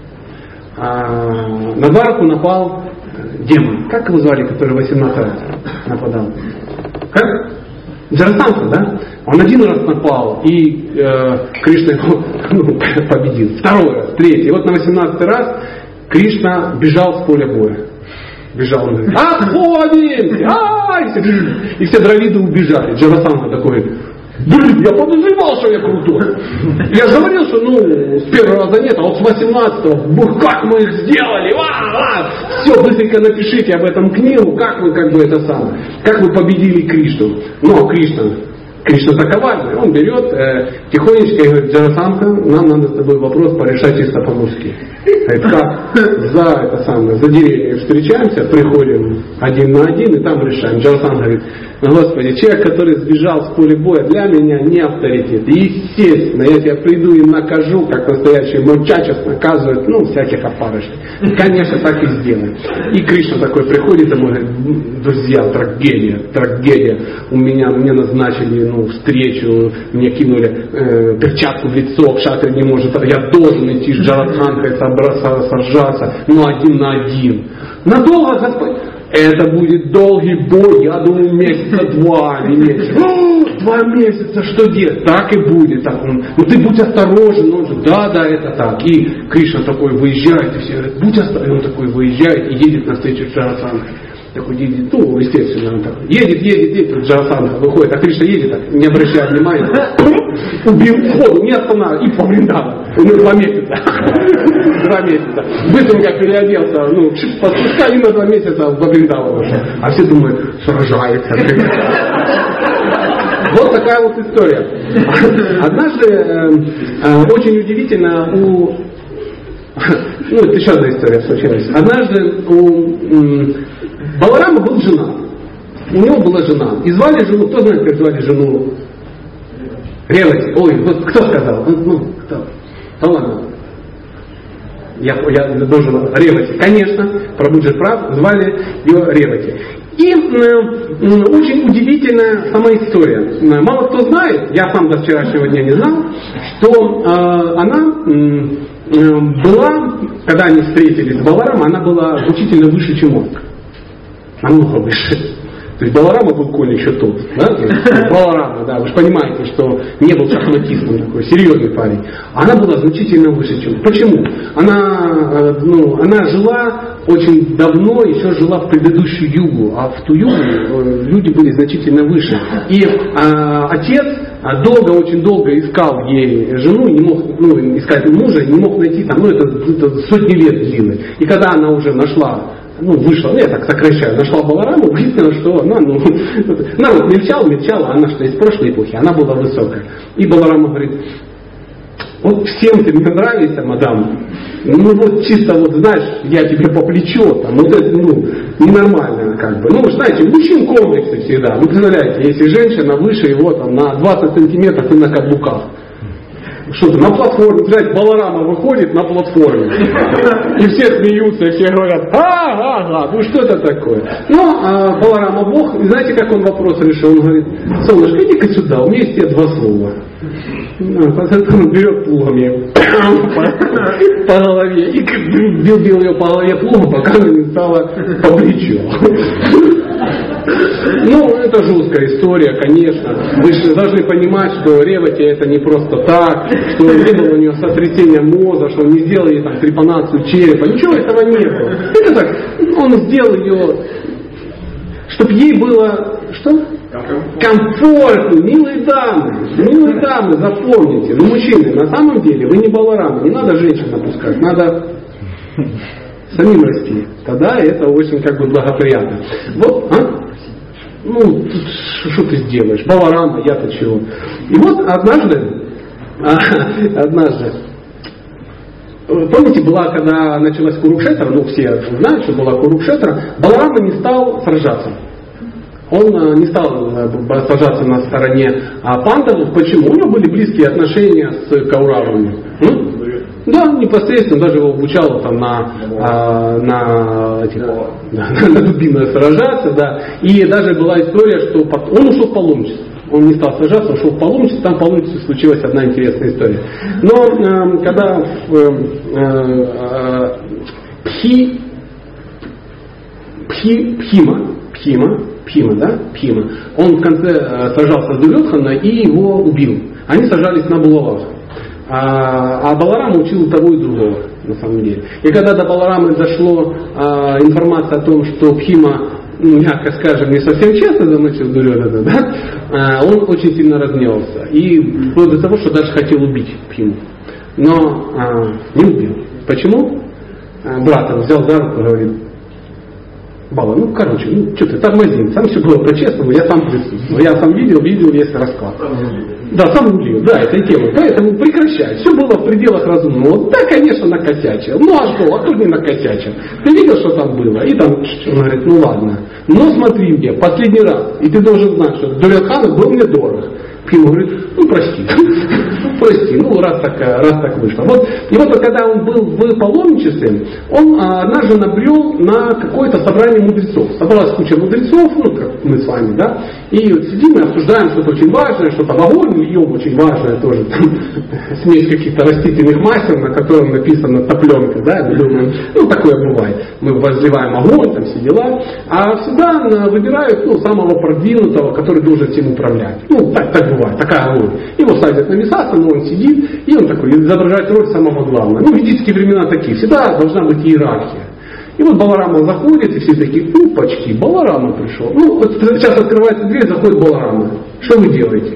А, на Двараку напал демон. Как его звали, который восемнадцать раз нападал? Как? Джарасандха, да? Он один раз напал, и э, Кришна его ну, победил. Второй раз, третий. И вот на восемнадцатый раз Кришна бежал с поля боя. Бежал, он говорит, отходим! И все дравиды убежали. Джарасандха такой, блин, я подозревал, что я крутой. Я же говорил, что ну, с первого раза нет, а вот с восемнадцатого, как мы их сделали, ва-ва! Все, быстренько напишите об этом книгу, как вы как бы это самое, как вы победили Кришну. Но Кришна, Кришна таковальный, он берет э, тихонечко и говорит, Джарасандха, нам надо с тобой вопрос порешать чисто по-мужски. Говорит, как за это самое, за деревья встречаемся, приходим один на один и там решаем. Джарасандха говорит, Господи, человек, который сбежал с поля боя, для меня не авторитет. И естественно, я тебя приду и накажу, как настоящий мучачес наказывает, ну, всяких опарышей. Конечно, так и сделаем. И Кришна такой приходит, и говорит: друзья, трагедия, трагедия. У меня, мне назначили, ну, встречу, мне кинули э, перчатку в лицо, кшатри не может, я должен идти с Джаратханкой сражаться, но один на один. Надолго, Господь? Это будет долгий бой, я думаю, месяца два или меньше. Два месяца, что делать? Так и будет. Так, он, ну ты будь осторожен. Он же, да, да, это так. И Кришна такой выезжает, и все говорят: будь осторожен. Он такой выезжает и едет на встречу с Джарасандхой. Такой едет, ну, естественно, он такой, едет, едет, едет, Джарасандха выходит, а Кришна едет, так, не обращая внимания, убил входу, не останавливая, и по Вриндавану. Ну, два месяца. Два месяца. Быстренько переоделся, ну, спускай, и на два месяца во Вриндавану ушел. А все думают, сражается. Вот такая вот история. Однажды э, э, очень удивительно у... Ну, это еще одна история случилась. Однажды у м, Баларама был жена. У него была жена. И звали жену, кто знает, как звали жену? Ревати. Ой, вот кто сказал? Ну, кто? Да ладно. Я, я должен... Ревати. Конечно, Прабхуджи прав, звали ее Ревати. И э, очень удивительная сама история. Мало кто знает, я сам до вчерашнего дня не знал, что э, она э, была, когда они встретились с Баларамом, она была значительно выше, чем он. Намного выше. То есть Баларама был конь еще тот. Да? Баларама, да, вы же понимаете, что не был шахматистом такой, серьезный парень. Она была значительно выше, чем он. Почему? Она, ну, она жила очень давно, еще жила в предыдущую югу, а в ту югу люди были значительно выше. И а, отец долго, очень долго искал ей жену, не мог, ну, искать мужа, не мог найти там, ну, это, это сотни лет длилось. И когда она уже нашла, ну, вышла, ну, я так сокращаю, нашла Балараму, выяснилось, что она, ну, народ мельчал, мельчал, а она что, из прошлой эпохи, она была высокая. И Баларама говорит: вот всем ты мне нравишься, мадам, ну вот чисто вот, знаешь, я тебе по плечу, там, вот это, ну, ненормально, как бы. Ну, вы знаете, у мужчин комплексы всегда. Вы представляете, если женщина выше его там на двадцать сантиметров и на каблуках. Что-то на платформе, знаете, Баларама выходит на платформе. И все смеются, и все говорят: а, ага, ну что это такое? Но а, Баларама Бог, и знаете, как он вопрос решил? Он говорит: солнышко, иди-ка сюда, у меня есть тебе два слова. Он берет плугом ее по голове и бил-бил ее по голове плугом, пока она не стала по плечу. Ну, это жуткая история, конечно. Вы же должны понимать, что Ревати это не просто так, что не было у нее сотрясения мозга, что он не сделал ей там трепанацию черепа. Ничего этого не было. Это так, он сделал ее, чтобы ей было, что? Комфортно, милые дамы, милые дамы, запомните. Ну, мужчины, на самом деле, вы не Баларама, не надо женщин напускать, надо самим расти. Тогда это очень как бы благоприятно. Вот, а? Ну, что ты сделаешь? Баларама, я-то чего? И вот однажды, однажды, помните, была, когда началась Курукшетра, ну все знают, что была Курукшетра, Баларама не стал сражаться. Он не стал сражаться на стороне пандавов. Почему? У него были близкие отношения с кауравами. М? Да, непосредственно, даже его обучал там на, а, на, этих, да, на дубинах сражаться, да. И даже была история, что он ушел в паломничество. Он не стал сражаться, ушел в паломничество, там в паломничестве случилась одна интересная история. Но э, когда э, э, Пхи, Пхи, Пхима, Пхима, Пхима, да, Пхима, он в конце э, сражался с Дурьодханой и его убил. Они сражались на булавах. А, а Баларама учил того и другого, на самом деле. И когда до Баларамы дошло а, информация о том, что Пхима, ну, мягко скажем, не совсем честно замочил Дурьодхана, да, а, он очень сильно разгневался. И вплоть до того, что даже хотел убить Пхиму. Но а, не убил. Почему? А, брат взял за руку и говорит: Бала, ну короче, ну что ты, тормози, там все было по-честному, я сам присутствовал, я сам видел, видел весь расклад. Да, сам убил, да, этой темы. Поэтому прекращай. Все было в пределах разумного. Да, конечно, накосячил. Ну а что, а кто не накосячил? Ты видел, что там было? И там, он говорит, ну ладно. Но смотри мне, последний раз. И ты должен знать, что Дулятханов был мне дорог. Ему говорит, ну прости, ну прости, ну раз так, раз так вышло. Вот, и вот когда он был в паломничестве, он а, однажды набрел на какое-то собрание мудрецов. Собралась куча мудрецов, ну как мы с вами, да, и вот сидим и обсуждаем что-то очень важное, что-то в огонь льем очень важное тоже, там, смесь каких-то растительных масел, на котором написано топленка, да, мы думаем, ну такое бывает. Мы возливаем огонь, там все дела, а всегда выбирают ну, самого продвинутого, который должен всем управлять. Ну, так, так бывает. Такая роль. Его садят на место, но он сидит, и он такой изображает роль самого главного. Ну, ведические времена такие. Всегда должна быть иерархия. И вот Баларама заходит, и все такие, ну, почти, Баларама пришел. Ну, вот сейчас открывается дверь, заходит Баларама. Что вы делаете?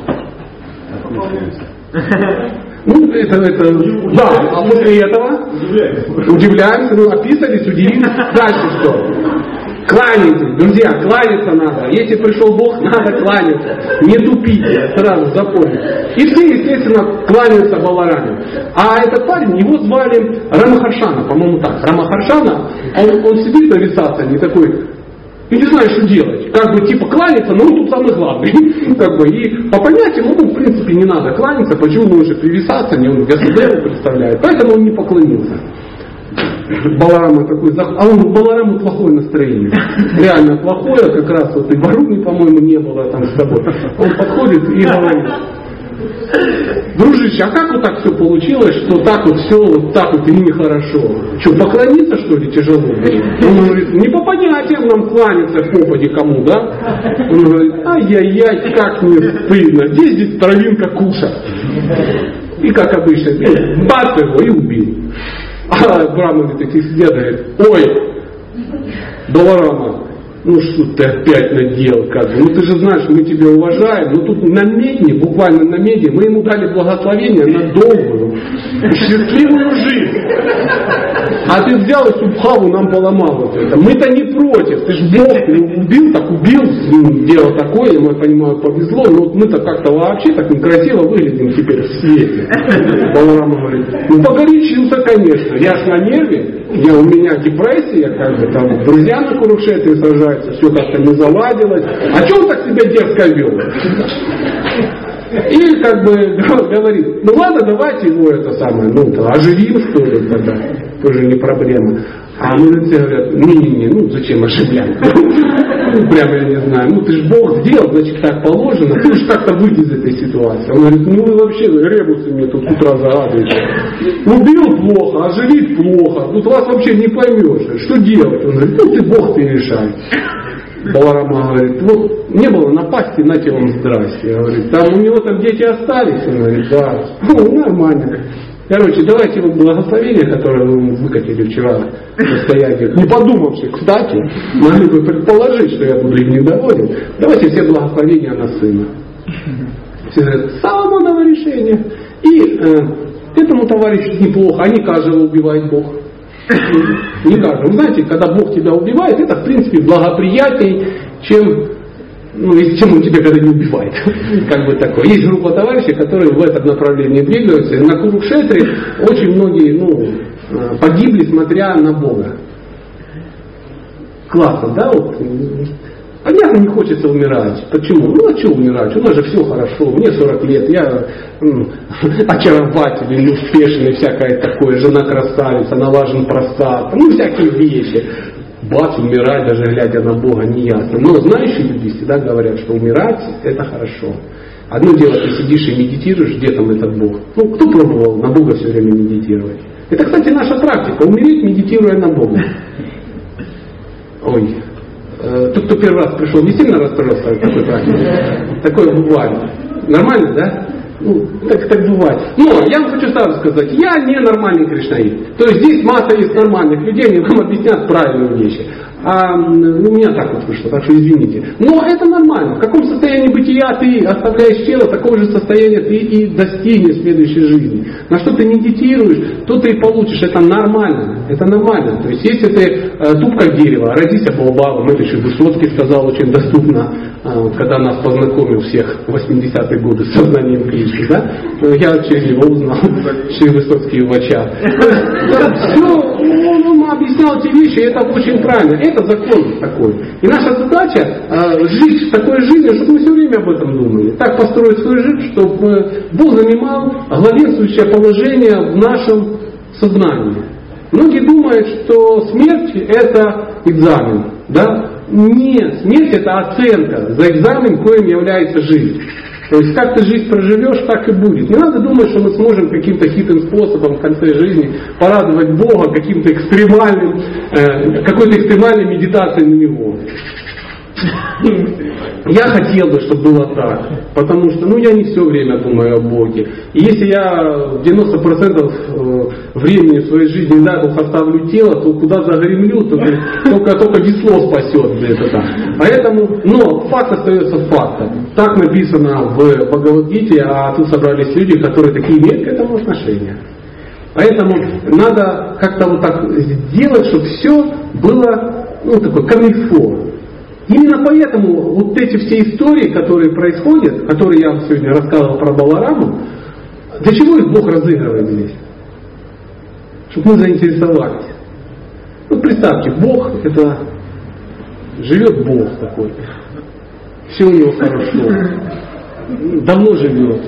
Ну, это, это, да, а после этого удивляемся, ну, описались, удивились. Дальше что? Кланяйтесь, друзья, кланяться надо. Если пришел Бог, надо кланяться. Не тупите, сразу запомните. И все, естественно, кланяются Балараме. А этот парень, его звали Рамахаршана, по-моему так. Рамахаршана, он, он сидит на висасане такой, и не знает, что делать. Как бы типа кланяться, но он тут самый главный. Как бы, и по понятиям, ну, в принципе, не надо кланяться. Почему он уже при висасане, он Вьясадеву представляет. Поэтому он не поклонился. Баларама такой, а он у Баларамы плохое настроение. Реально плохое, как раз вот и Варуни, по-моему, не было там с тобой. Он подходит и говорит, дружище, а как вот так все получилось, что так вот все, вот так вот и нехорошо? Что, поклониться что ли тяжело? Он говорит, не по понятиям нам кланяться в попаде кому, да? Он говорит, ай-яй-яй, как мне стыдно, здесь здесь травинка кушать. И как обычно, бац его и убил. А Брахманы такие сидят, говорят, ой, Баларама, ну что ты опять наделал, как бы, ну ты же знаешь, мы тебя уважаем, но тут на медне, буквально на медне, мы ему дали благословение на долгую, счастливую жизнь. А ты взял и Субхаву нам поломал вот это. Мы-то не против, ты ж Бог убил, так убил, дело такое, я понимаю, повезло, но вот мы-то как-то вообще так некрасиво выглядим теперь в свете. Баларама говорит, ну погорячился, конечно, я ж на нерве, я, у меня депрессия, как бы там друзья на Курукшетре сажаются, все как-то не заладилось. А че он так себя дерзко вел? И как бы говорит, ну ладно, давайте его это самое, ну оживим что ли тогда, тоже не проблема. А мудрецы говорят, не-не-не, ну зачем оживлять? Ну прямо я не знаю, ну ты ж Бог сделал, значит так положено, ты уж как-то выйди из этой ситуации. Он говорит, ну вы вообще ребусы мне тут утра загадываете. Убил плохо, оживить плохо, тут вас вообще не поймешь, что делать? Он говорит, ну ты Бог, ты решай. Баларама говорит, вот не было напасти, нате вам здрасте. Говорит, там у него там дети остались. Он говорит, да, ну нормально. Короче, давайте вот благословение, которое вы выкатили вчера настоятель, не подумавши, кстати, могли бы предположить, что я буду им недоволен. Давайте все благословения на сына. Все говорят, Соломоново решение. И э, этому товарищу неплохо, а не каждого убивает Бог. Не каждого. Вы знаете, когда Бог тебя убивает, это в принципе благоприятней, чем, ну, чем он тебя когда не убивает. Как бы такое. Есть группа товарищей, которые в этом направлении двигаются. И на Курукшетре очень многие ну, погибли, смотря на Бога. Классно, да? Вот. Понятно, не хочется умирать. Почему? Ну а что умирать? У нас же все хорошо. Мне сорок лет, я ну, очаровательный, успешный, всякое такое, жена красавица, налажен простат, ну всякие вещи. Бац, умирать, даже глядя на Бога, не ясно. Но знающие люди всегда говорят, что умирать это хорошо. Одно дело, ты сидишь и медитируешь, где там этот Бог? Ну, кто пробовал на Бога все время медитировать? Это, кстати, наша практика, умереть, медитируя на Бога. Ой. Тот, кто первый раз пришел, не сильно расстроился от такой практики? Такое бывает. Нормально, да? Ну, так, так бывает. Но я вам хочу сразу сказать, я не нормальный кришнаит. То есть здесь масса есть нормальных людей, они вам объяснят правильные вещи. А ну, у меня так вот вышло, так что извините. Но это нормально. В каком состоянии бытия ты оставляешь тело, такого же состояния ты и достигнешь в следующей жизни. На что ты медитируешь, то ты и получишь. Это нормально. Это нормально. То есть если ты э, туп как дерево, родись обалбалом, это еще Высоцкий сказал очень доступно, э, когда нас познакомил всех в восьмидесятые годы с сознанием Кришны. Да? Я через него узнал, через Высоцкий в очах. Все, он объяснял эти вещи, и это очень правильно. Это закон такой. И наша задача э, жить такой жизнью, чтобы мы все время об этом думали. Так построить свою жизнь, чтобы Бог занимал главенствующее положение в нашем сознании. Многие думают, что смерть это экзамен. Да? Нет, смерть это оценка за экзамен, коим является жизнь. То есть как ты жизнь проживешь, так и будет. Не надо думать, что мы сможем каким-то хитрым способом в конце жизни порадовать Бога каким-то экстремальным, э, какой-то экстремальной медитацией на Него. Я хотел бы, чтобы было так, потому что ну, я не все время думаю о Боге. И если я девяносто процентов времени в своей жизни, дай Бог, оставлю тело, то куда загремлю, то только, только весло спасет где-то там. Поэтому, но факт остается фактом. Так написано в Бхагавад-гите, а тут собрались люди, которые такие имеют к этому отношение. Поэтому надо как-то вот так сделать, чтобы все было ну, такой камильфо. Именно поэтому вот эти все истории, которые происходят, которые я вам сегодня рассказывал про Балараму, для чего их Бог разыгрывает здесь? Чтобы мы заинтересовались. Ну представьте, Бог это живет Бог такой. Все у него хорошо. Давно живет.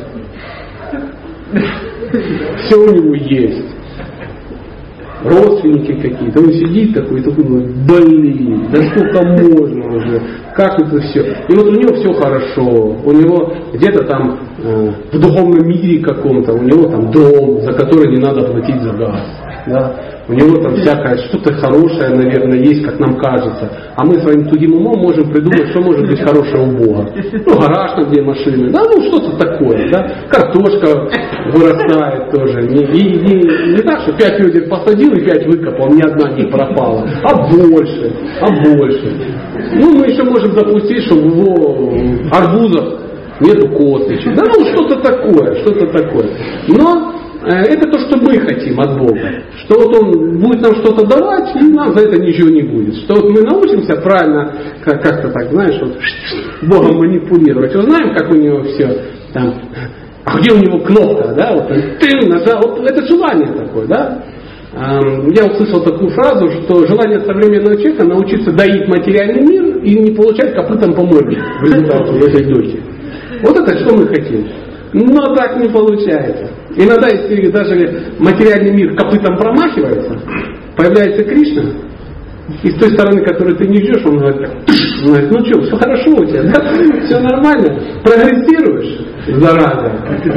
Все у него есть. Родственники какие-то, он сидит такой и такой, блин, да сколько можно уже, как это все. И вот у него все хорошо, у него где-то там э, в духовном мире каком-то, у него там дом, за который не надо платить за газ. Да? У него там всякое, что-то хорошее, наверное, есть, как нам кажется. А мы своим тугим умом можем придумать, что может быть хорошее у Бога. Ну, гараж на две машины, да, ну что-то такое, да. Картошка вырастает тоже. Не, не, не, не так, что пять ведер посадил и пять выкопал, ни одна не пропала. А больше, а больше. Ну, мы еще можем запустить, что в его арбузах нету косточек. Да, ну что-то такое, что-то такое. Но это то, что мы хотим от Бога. Что вот Он будет нам что-то давать, и нам за это ничего не будет. Что вот мы научимся правильно, как- как-то так, знаешь, вот Богом манипулировать. Вот знаем, как у него все там, а где у него кнопка, да, вот ты нажал, вот это желание такое, да. Я услышал такую фразу, что желание современного человека научиться доить материальный мир и не получать копытом по морде в результате этой дойки. Вот это что мы хотим. Но так не получается. Иногда, если даже материальный мир копытом промахивается, появляется Кришна, и с той стороны, которую ты не ждешь, он говорит, он говорит, ну что, все хорошо у тебя, да? Все нормально, прогрессируешь, зараза.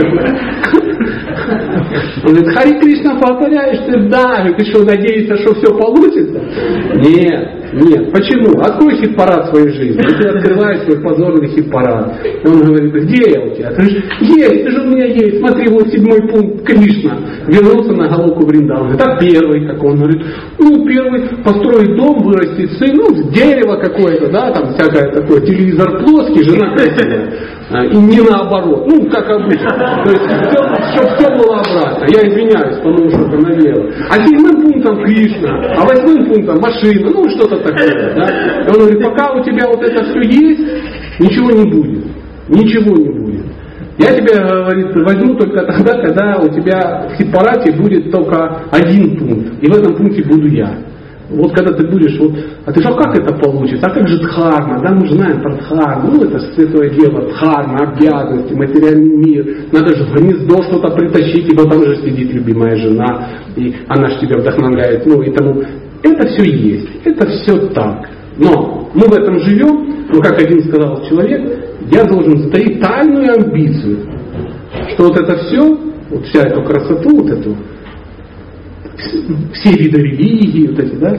Он говорит, Хари Кришна повторяешь, ты да, ты что, надеешься, что все получится? Нет, нет. Почему? Открой хит-парад своей жизни. И ты открываешь свой позорный хит-парад. И он говорит, где я у тебя? Ты говоришь, есть, ты же у меня есть. Смотри, вот седьмой пункт Кришна. Вернулся на головку Вриндавана. Это первый, как он говорит. Ну, первый, построить дом, вырастить сын, ну, дерево какое-то, да, там всякое такое, телевизор плоский, жена красивая. И не наоборот, ну, как обычно. То есть, чтобы все было обратно. Я извиняюсь, потому что это навело. А седьмым пунктом Кришна, а восьмым пунктом машина, ну, что-то такое. Да? И он говорит, пока у тебя вот это все есть, ничего не будет. Ничего не будет. Я тебя, говорит, возьму только тогда, когда у тебя в хит-параде будет только один пункт. И в этом пункте буду я. Вот когда ты будешь, вот, а ты что, как это получится? А как же дхарма? Да, мы же знаем про дхарму. Ну, это святое дело, дхарма, обязанности, материальный мир. Надо же в гнездо что-то притащить, ибо там же сидит любимая жена, и она же тебя вдохновляет. Ну, и тому. Это все есть, это все так. Но мы в этом живем, ну, как один сказал человек, я должен затаить тайную амбицию, что вот это все, вот вся эту красоту, вот эту, все виды религии, вот эти, да,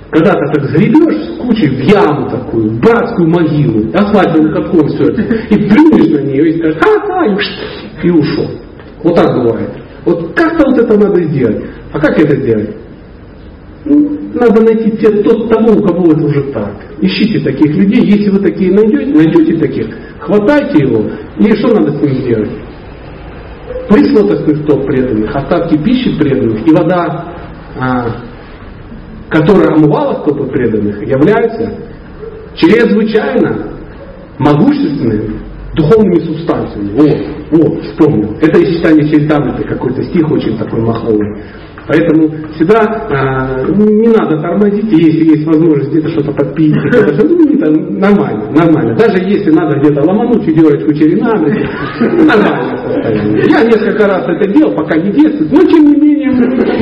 когда-то так загребешь с кучей в яму такую, в братскую могилу, асфальтовым катком все это, и плюнешь на нее и скажешь, а, и, и ушел. Вот так бывает. Вот как-то вот это надо сделать. А как это сделать? Ну, надо найти те, тот, того, у кого это уже так. Ищите таких людей. Если вы такие найдете, найдете таких, хватайте его. И что надо с ним сделать? Присмотрственных стоп преданных, остатки пищи преданных и вода, а, которая омывала стопы преданных, являются чрезвычайно могущественными духовными субстанциями. О, о, вспомнил. Это из читания Чаритамриты какой-то стих очень такой маховый. Поэтому всегда э, не надо тормозить, если есть возможность где-то что-то подпить, это нормально, нормально. Даже если надо где-то ломануть ведерочку Чаритамриты, нормальное состояние. Я несколько раз это делал, пока не действует, но тем не менее,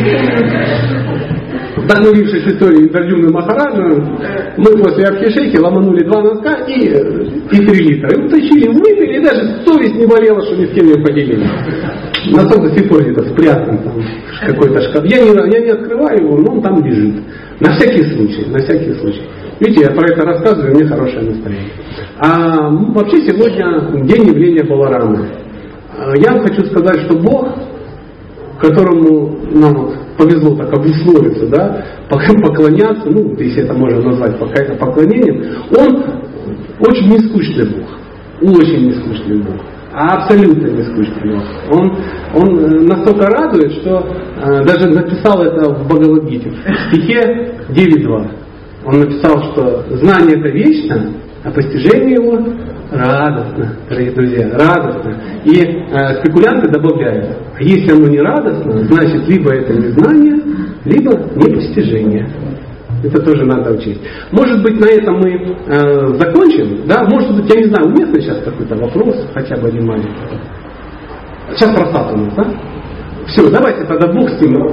вдохновившись историей Дарджуны Махараджа, мы после Абхишеки ломанули два носка и, и три литра. И утащили, выпили, и даже совесть не болела, что ни с кем не поделили. Носок до сих пор где-то спрятан там какой-то шкаф. Я не, я не открываю его, но он там лежит. На всякий случай, на всякий случай. Видите, я про это рассказываю, у меня хорошее настроение. А вообще сегодня день явления Баларамы. Я вам хочу сказать, что Бог, которому нам вот повезло так обусловиться, да, поклоняться, ну, если это можно назвать поклонением, он очень нескучный Бог. Очень нескучный Бог. Абсолютно не скучный Бог. Он, он настолько радует, что э, даже написал это в Бхагавад-гите, в стихе девять два. Он написал, что знание это вечно, а постижение его радостно, дорогие друзья, радостно. И э, спекулянты добавляют, а если оно не радостно, значит либо это не знание, либо непостижение. Это тоже надо учесть. Может быть, на этом мы э, закончим, да? Может быть, я не знаю, уместно сейчас какой-то вопрос, хотя бы один маленький. Сейчас про сад у нас, да? Все, давайте тогда Бог с ним.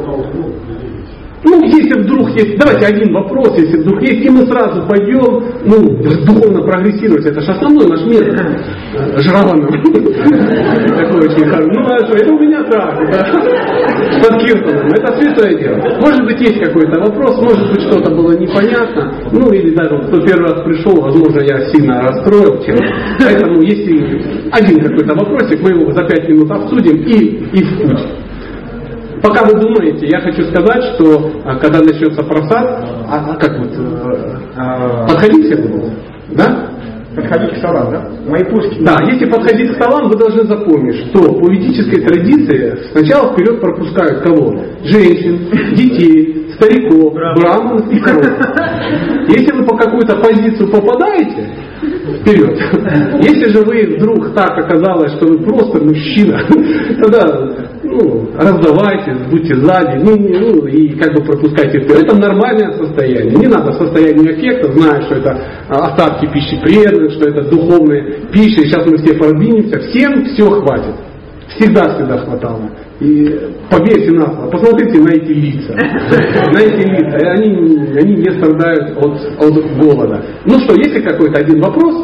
Ну, если вдруг есть, давайте один вопрос, если вдруг есть, и мы сразу пойдем, ну, духовно прогрессировать, это же основной наш метод. Жраваном. Такой очень хороший. Ну, а что, это у меня так, да. Под Киртаном. Это святое дело. Может быть, есть какой-то вопрос, может быть, что-то было непонятно, ну, или даже кто первый раз пришел, возможно, я сильно расстроил тему. Поэтому, если один какой-то вопросик, мы его за пять минут обсудим и, и в путь. Пока вы думаете, я хочу сказать, что когда начнется просад, а, а как вот, а, подходить все будут, да? Подходить к столам, да? Мои пушки. Да, если подходить к столам, вы должны запомнить, что по ведической традиции сначала вперед пропускают кого? Женщин, детей, стариков, браманов и коров. Если вы по какую-то позицию попадаете, вперед. Если же вы вдруг так оказалось, что вы просто мужчина, тогда ну, раздавайтесь, будьте сзади, ну, ну и как бы пропускайте вперед. Это нормальное состояние. Не надо состояние эффекта, зная, что это остатки пищи преданных, что это духовная пища, и сейчас мы все продвинемся, всем все хватит. Всегда-всегда хватало. И поверьте на слово, посмотрите на эти лица. На эти лица. Они, они не страдают от, от голода. Ну что, есть ли какой-то один вопрос?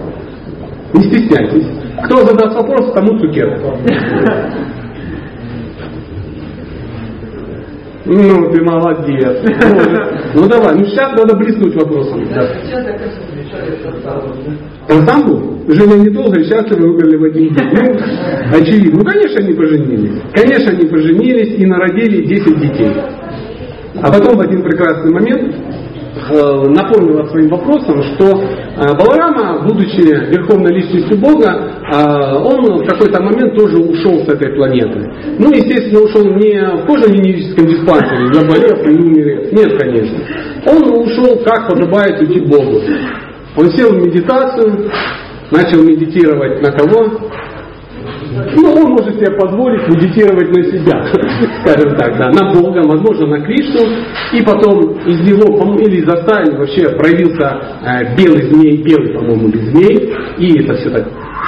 Не стесняйтесь. Кто задаст вопрос, тому цукерку. Ну, ты молодец. Ну давай, ну сейчас надо блеснуть вопросом. Да. Ансамбль? Женя недолго и счастливо выбрали в один день. Ну, очевидно. Ну, конечно, они поженились. Конечно, они поженились и народили десять детей. А потом в один прекрасный момент э, напомнила своим вопросом, что э, Баларама, будучи верховной личностью Бога, э, он в какой-то момент тоже ушел с этой планеты. Ну, естественно, ушел не в кожно-венерическом диспансере, заболев и умер. Нет, конечно. Он ушел, как подобает уйти Богу. Он сел в медитацию, начал медитировать на кого? Ну, он может себе позволить медитировать на себя, скажем так, да, на Бога, возможно, на Кришну, и потом из него, или из Астани вообще проявился э, белый змей, белый, по-моему, змей, и это все так,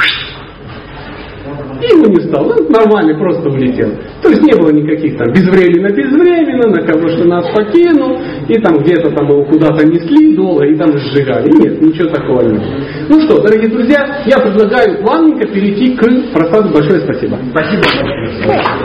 и его не стало, он нормально просто улетел. То есть не было никаких там безвременно-безвременно, на кого что нас покинул, и там где-то там его куда-то несли долго, и там сжигали. Нет, ничего такого нет. Ну что, дорогие друзья, я предлагаю плавненько перейти к просаду. Большое спасибо. Спасибо.